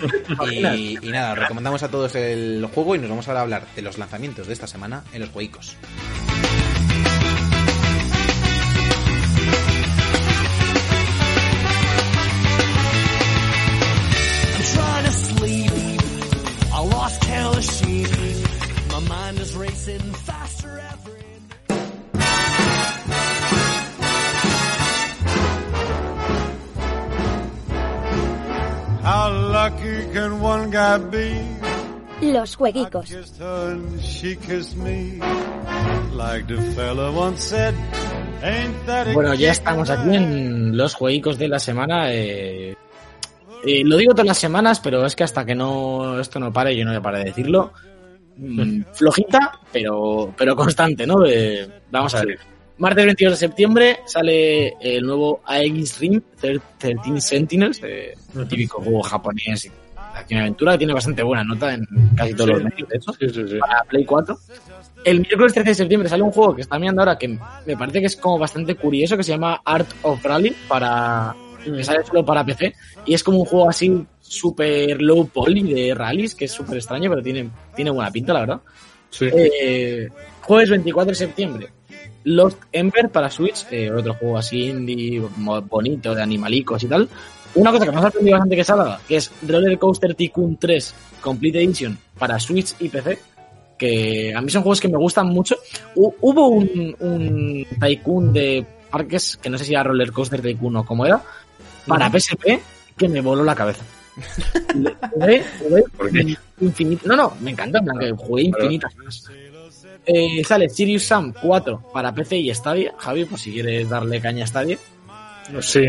Y nada, os recomendamos a todos el juego y nos vamos ahora a hablar de los lanzamientos de esta semana en los jueguicos. Los jueguicos. Bueno, ya estamos aquí en los jueguicos de la semana. Lo digo todas las semanas, pero es que hasta que esto no pare, yo no voy a parar de decirlo. Flojita, pero constante, ¿no? Vamos a ver. Martes 22 de septiembre sale el nuevo AX Rim 13 Sentinels, típico juego japonés de acción y aventura, que tiene bastante buena nota en casi todos los medios, de hecho, para Play 4. El miércoles 13 de septiembre sale un juego que está mirando ahora que me parece que es como bastante curioso, que se llama Art of Rally, que sale solo para PC, y es como un juego así super low poly de rallies, que es súper extraño, pero tiene buena pinta, la verdad. Sí. Jueves 24 de septiembre, Lost Ember para Switch, otro juego así indie, bonito, de animalicos y tal. Una cosa que me ha sorprendido bastante que salga, que es Roller Coaster Tycoon 3 Complete Edition para Switch y PC, que a mí son juegos que me gustan mucho. Hubo un Tycoon de parques, que no sé si era Roller Coaster Tycoon o cómo era, para PSP, que me voló la cabeza. Jugué infinito. No, me encanta, en plan que jugué infinitas más. Sale Serious Sam 4 para PC y Stadia. Javi, pues si quieres darle caña a Stadia. Sí,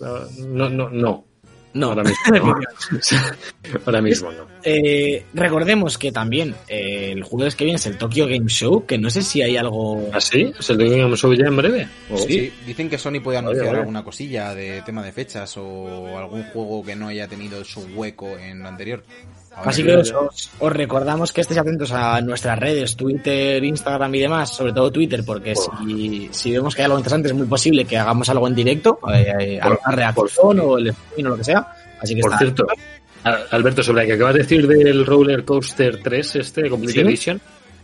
no. Ahora mismo no. Ahora mismo no. Recordemos que también el jueves que viene es el Tokyo Game Show, que no sé si hay algo... ¿Ah, sí? ¿Es el Tokyo Game Show ya en breve? Sí, dicen que Sony puede anunciar alguna cosilla de tema de fechas o algún juego que no haya tenido su hueco en lo anterior. Así que os recordamos que estéis atentos a nuestras redes, Twitter, Instagram y demás, sobre todo Twitter, porque si vemos que hay algo interesante es muy posible que hagamos algo en directo, alguna reacción o el streaming o lo que sea. Así que por cierto, Alberto, sobre lo que acabas de decir del Roller Coaster 3, Complete Edition,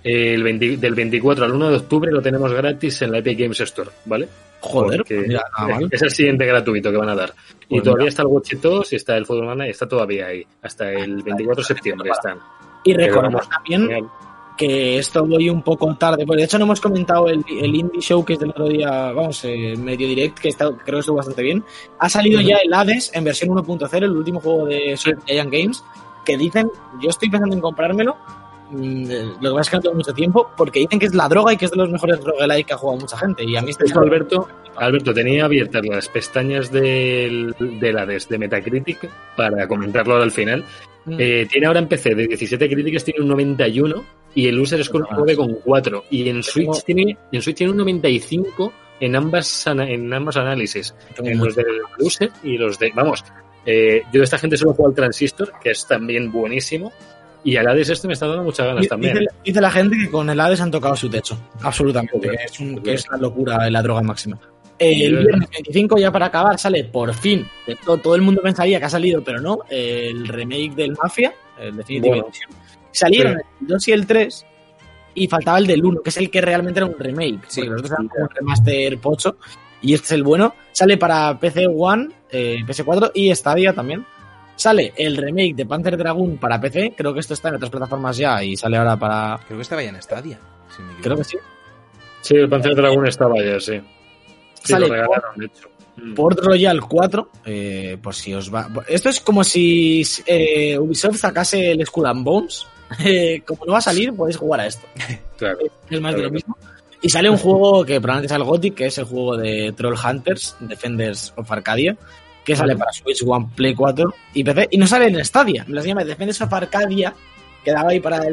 del 24 al 1 de octubre lo tenemos gratis en la Epic Games Store, ¿vale? Joder, mira, es el siguiente gratuito que van a dar. Y todavía está el Watch Dogs y está el Football Manager, está todavía ahí. Hasta el 24 de septiembre están. Y recordamos también que esto voy un poco tarde. Pues de hecho no hemos comentado el Indie Show que es del otro día, medio direct, que creo que estuvo bastante bien. Ha salido ya el Hades en versión 1.0, el último juego de Giant Games, que dicen, yo estoy pensando en comprármelo. Lo que pasa es que no tengo mucho tiempo, porque dicen que es la droga y que es de los mejores roguelike que ha jugado mucha gente. Y a mí Alberto tenía abiertas las pestañas de Hades de Metacritic para comentarlo ahora al final. Tiene ahora en PC de 17 críticas, tiene un 91 y el User Score 9,4 y en Switch tiene un 95 en ambas análisis, en los del User y los de... yo de esta gente solo juego al Transistor, que es también buenísimo. Y al Hades me está dando muchas ganas también. Dice la gente que con el Hades han tocado su techo. Absolutamente. Que es la locura, la droga máxima. El viernes 25, ya para acabar, sale por fin. Todo el mundo pensaría que ha salido, pero no. El remake del Mafia, el Definitive Edition. Salieron el 2 y el 3 y faltaba el del 1, que es el que realmente era un remake. Sí, los otros eran como un remaster pocho. Y este es el bueno. Sale para PC One, PS4 y Stadia también. Sale el remake de Panzer Dragoon para PC, creo que esto está en otras plataformas ya y sale ahora para... Creo que estaba ya en Stadia. Si me creo que sí. Sí, el Panzer Dragoon estaba ya, sí. Sale lo regalaron, de hecho. Port Royal 4, por si os va... Esto es como si Ubisoft sacase el Skull and Bones. Como no va a salir, podéis jugar a esto. Claro. Es más de lo mismo. Y sale un juego que probablemente sea el Gothic, que es el juego de Troll Hunters, Defenders of Arcadia, que sale para Switch, One, Play 4 y PC, y no sale en Stadia. Me las llama Defenders of Arcadia, que daba ahí para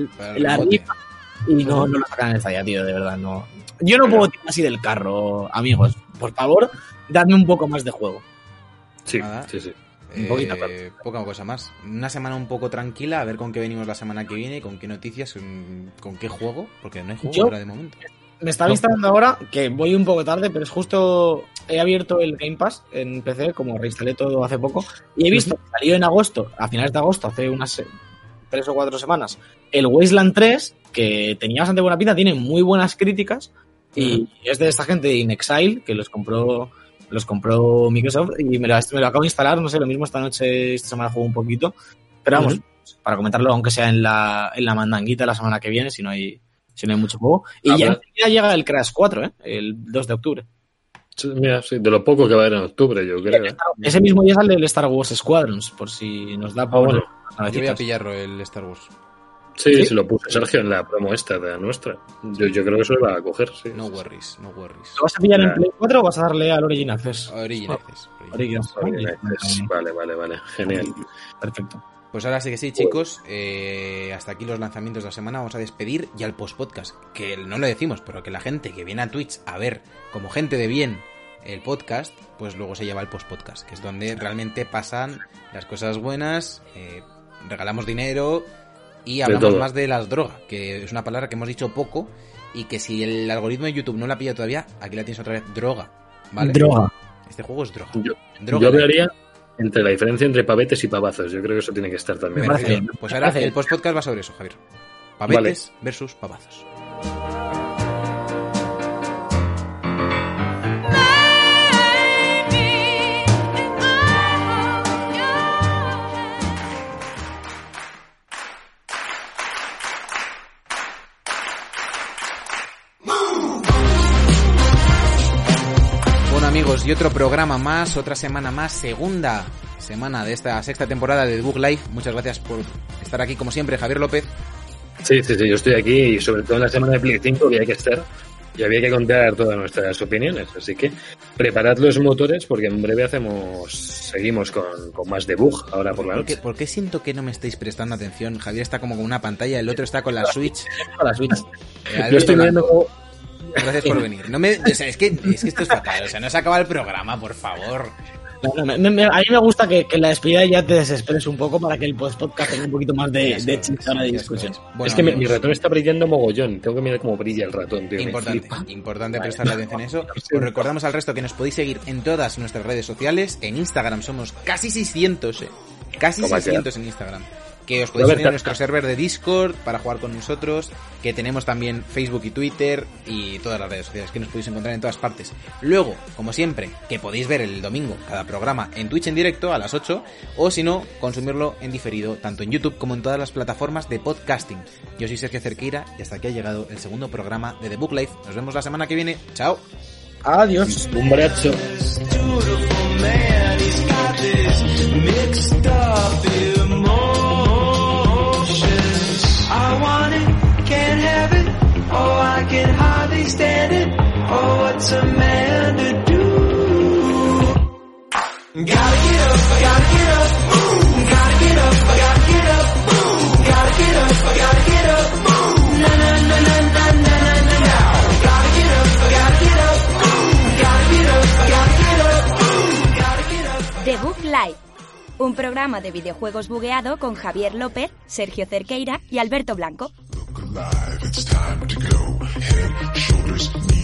la rifa, y no lo sacan en Stadia, tío, de verdad, no. Yo no puedo tirar así del carro, amigos. Por favor, dadme un poco más de juego. Sí, nada. Sí. Un poquito poca cosa más. Una semana un poco tranquila, a ver con qué venimos la semana que viene, con qué noticias, con qué juego, porque no hay juego ahora de momento. Me estaba instalando ahora, que voy un poco tarde, pero es justo... He abierto el Game Pass en PC, como reinstalé todo hace poco, y he visto que salió en agosto, a finales de agosto, hace unas 3 o 4 semanas, el Wasteland 3, que tenía bastante buena pinta, tiene muy buenas críticas, y es de esta gente de In Exile, que los compró Microsoft, y me lo acabo de instalar, no sé, lo mismo esta semana juego un poquito, pero vamos, para comentarlo, aunque sea en la mandanguita la semana que viene, si no hay mucho juego. Y ya enseguida llega el Crash 4, el 2 de octubre. Mira, sí, de lo poco que va a haber en octubre, yo creo. Ese mismo día sale el Star Wars Squadrons, por si nos da por... Yo voy a pillarlo, el Star Wars. Sí, se lo puso Sergio en la promo esta de la nuestra. Yo creo que eso lo va a coger, sí. No worries. ¿Lo vas a pillar en Play 4 o vas a darle al Origin Access? Origin Access. Vale. Genial. Perfecto. Pues ahora sí que sí, chicos, hasta aquí los lanzamientos de la semana. Vamos a despedir ya el post-podcast, que no lo decimos, pero que la gente que viene a Twitch a ver como gente de bien el podcast, pues luego se lleva el post-podcast, que es donde realmente pasan las cosas buenas, regalamos dinero y hablamos más de las drogas, que es una palabra que hemos dicho poco y que si el algoritmo de YouTube no la pilla todavía, aquí la tienes otra vez, droga, ¿vale? Droga. Este juego es droga. Yo hablaría entre la diferencia entre pavetes y pavazos. Yo creo que eso tiene que estar también. Me parece bien. Pues ahora el post-podcast va sobre eso, Javier. Pavetes versus pavazos. amigos, y otro programa más, otra semana más, segunda semana de esta sexta temporada de The Book Live. Muchas gracias por estar aquí, como siempre, Javier López. Sí, yo estoy aquí y sobre todo en la semana de Play 5 que hay que estar y había que contar todas nuestras opiniones, así que preparad los motores porque en breve seguimos con más debug ahora por la noche. ¿Por qué siento que no me estáis prestando atención? Javier está como con una pantalla, el otro está con la Switch. Con la Switch. Yo estoy mirando como... Gracias por venir. O sea, es que esto es fatal, o sea, no se acaba el programa, por favor. No, a mí me gusta que en la despedida ya te desesperes un poco para que el podcast tenga un poquito más de chichona de discusión. Bueno, es que mi ratón está brillando mogollón. Tengo que mirar cómo brilla el ratón, tío. Importante prestarle atención a eso. Os recordamos al resto que nos podéis seguir en todas nuestras redes sociales. En Instagram somos casi 600, Casi 600 en Instagram. Que os podéis unir a nuestro server de Discord para jugar con nosotros, que tenemos también Facebook y Twitter y todas las redes sociales que nos podéis encontrar en todas partes. Luego, como siempre, que podéis ver el domingo cada programa en Twitch en directo a las 8, o si no, consumirlo en diferido tanto en YouTube como en todas las plataformas de podcasting. Yo soy Sergio Cerqueira y hasta aquí ha llegado el segundo programa de The Book Live. Nos vemos la semana que viene. Chao. Adiós. Un abrazo. I want it, can't have it, oh I can hardly stand it, oh what's a man to do? Gotta get up, I gotta get up, gotta get up, I gotta get up, gotta get up, I gotta get up, na na na na na na na na na. Gotta get up, I gotta get up, gotta get up, I gotta get up, gotta get up. The Book Live, un programa de videojuegos bugueado con Javier López, Sergio Cerqueira y Alberto Blanco. Look alive, it's time to go. Head, shoulders, knees.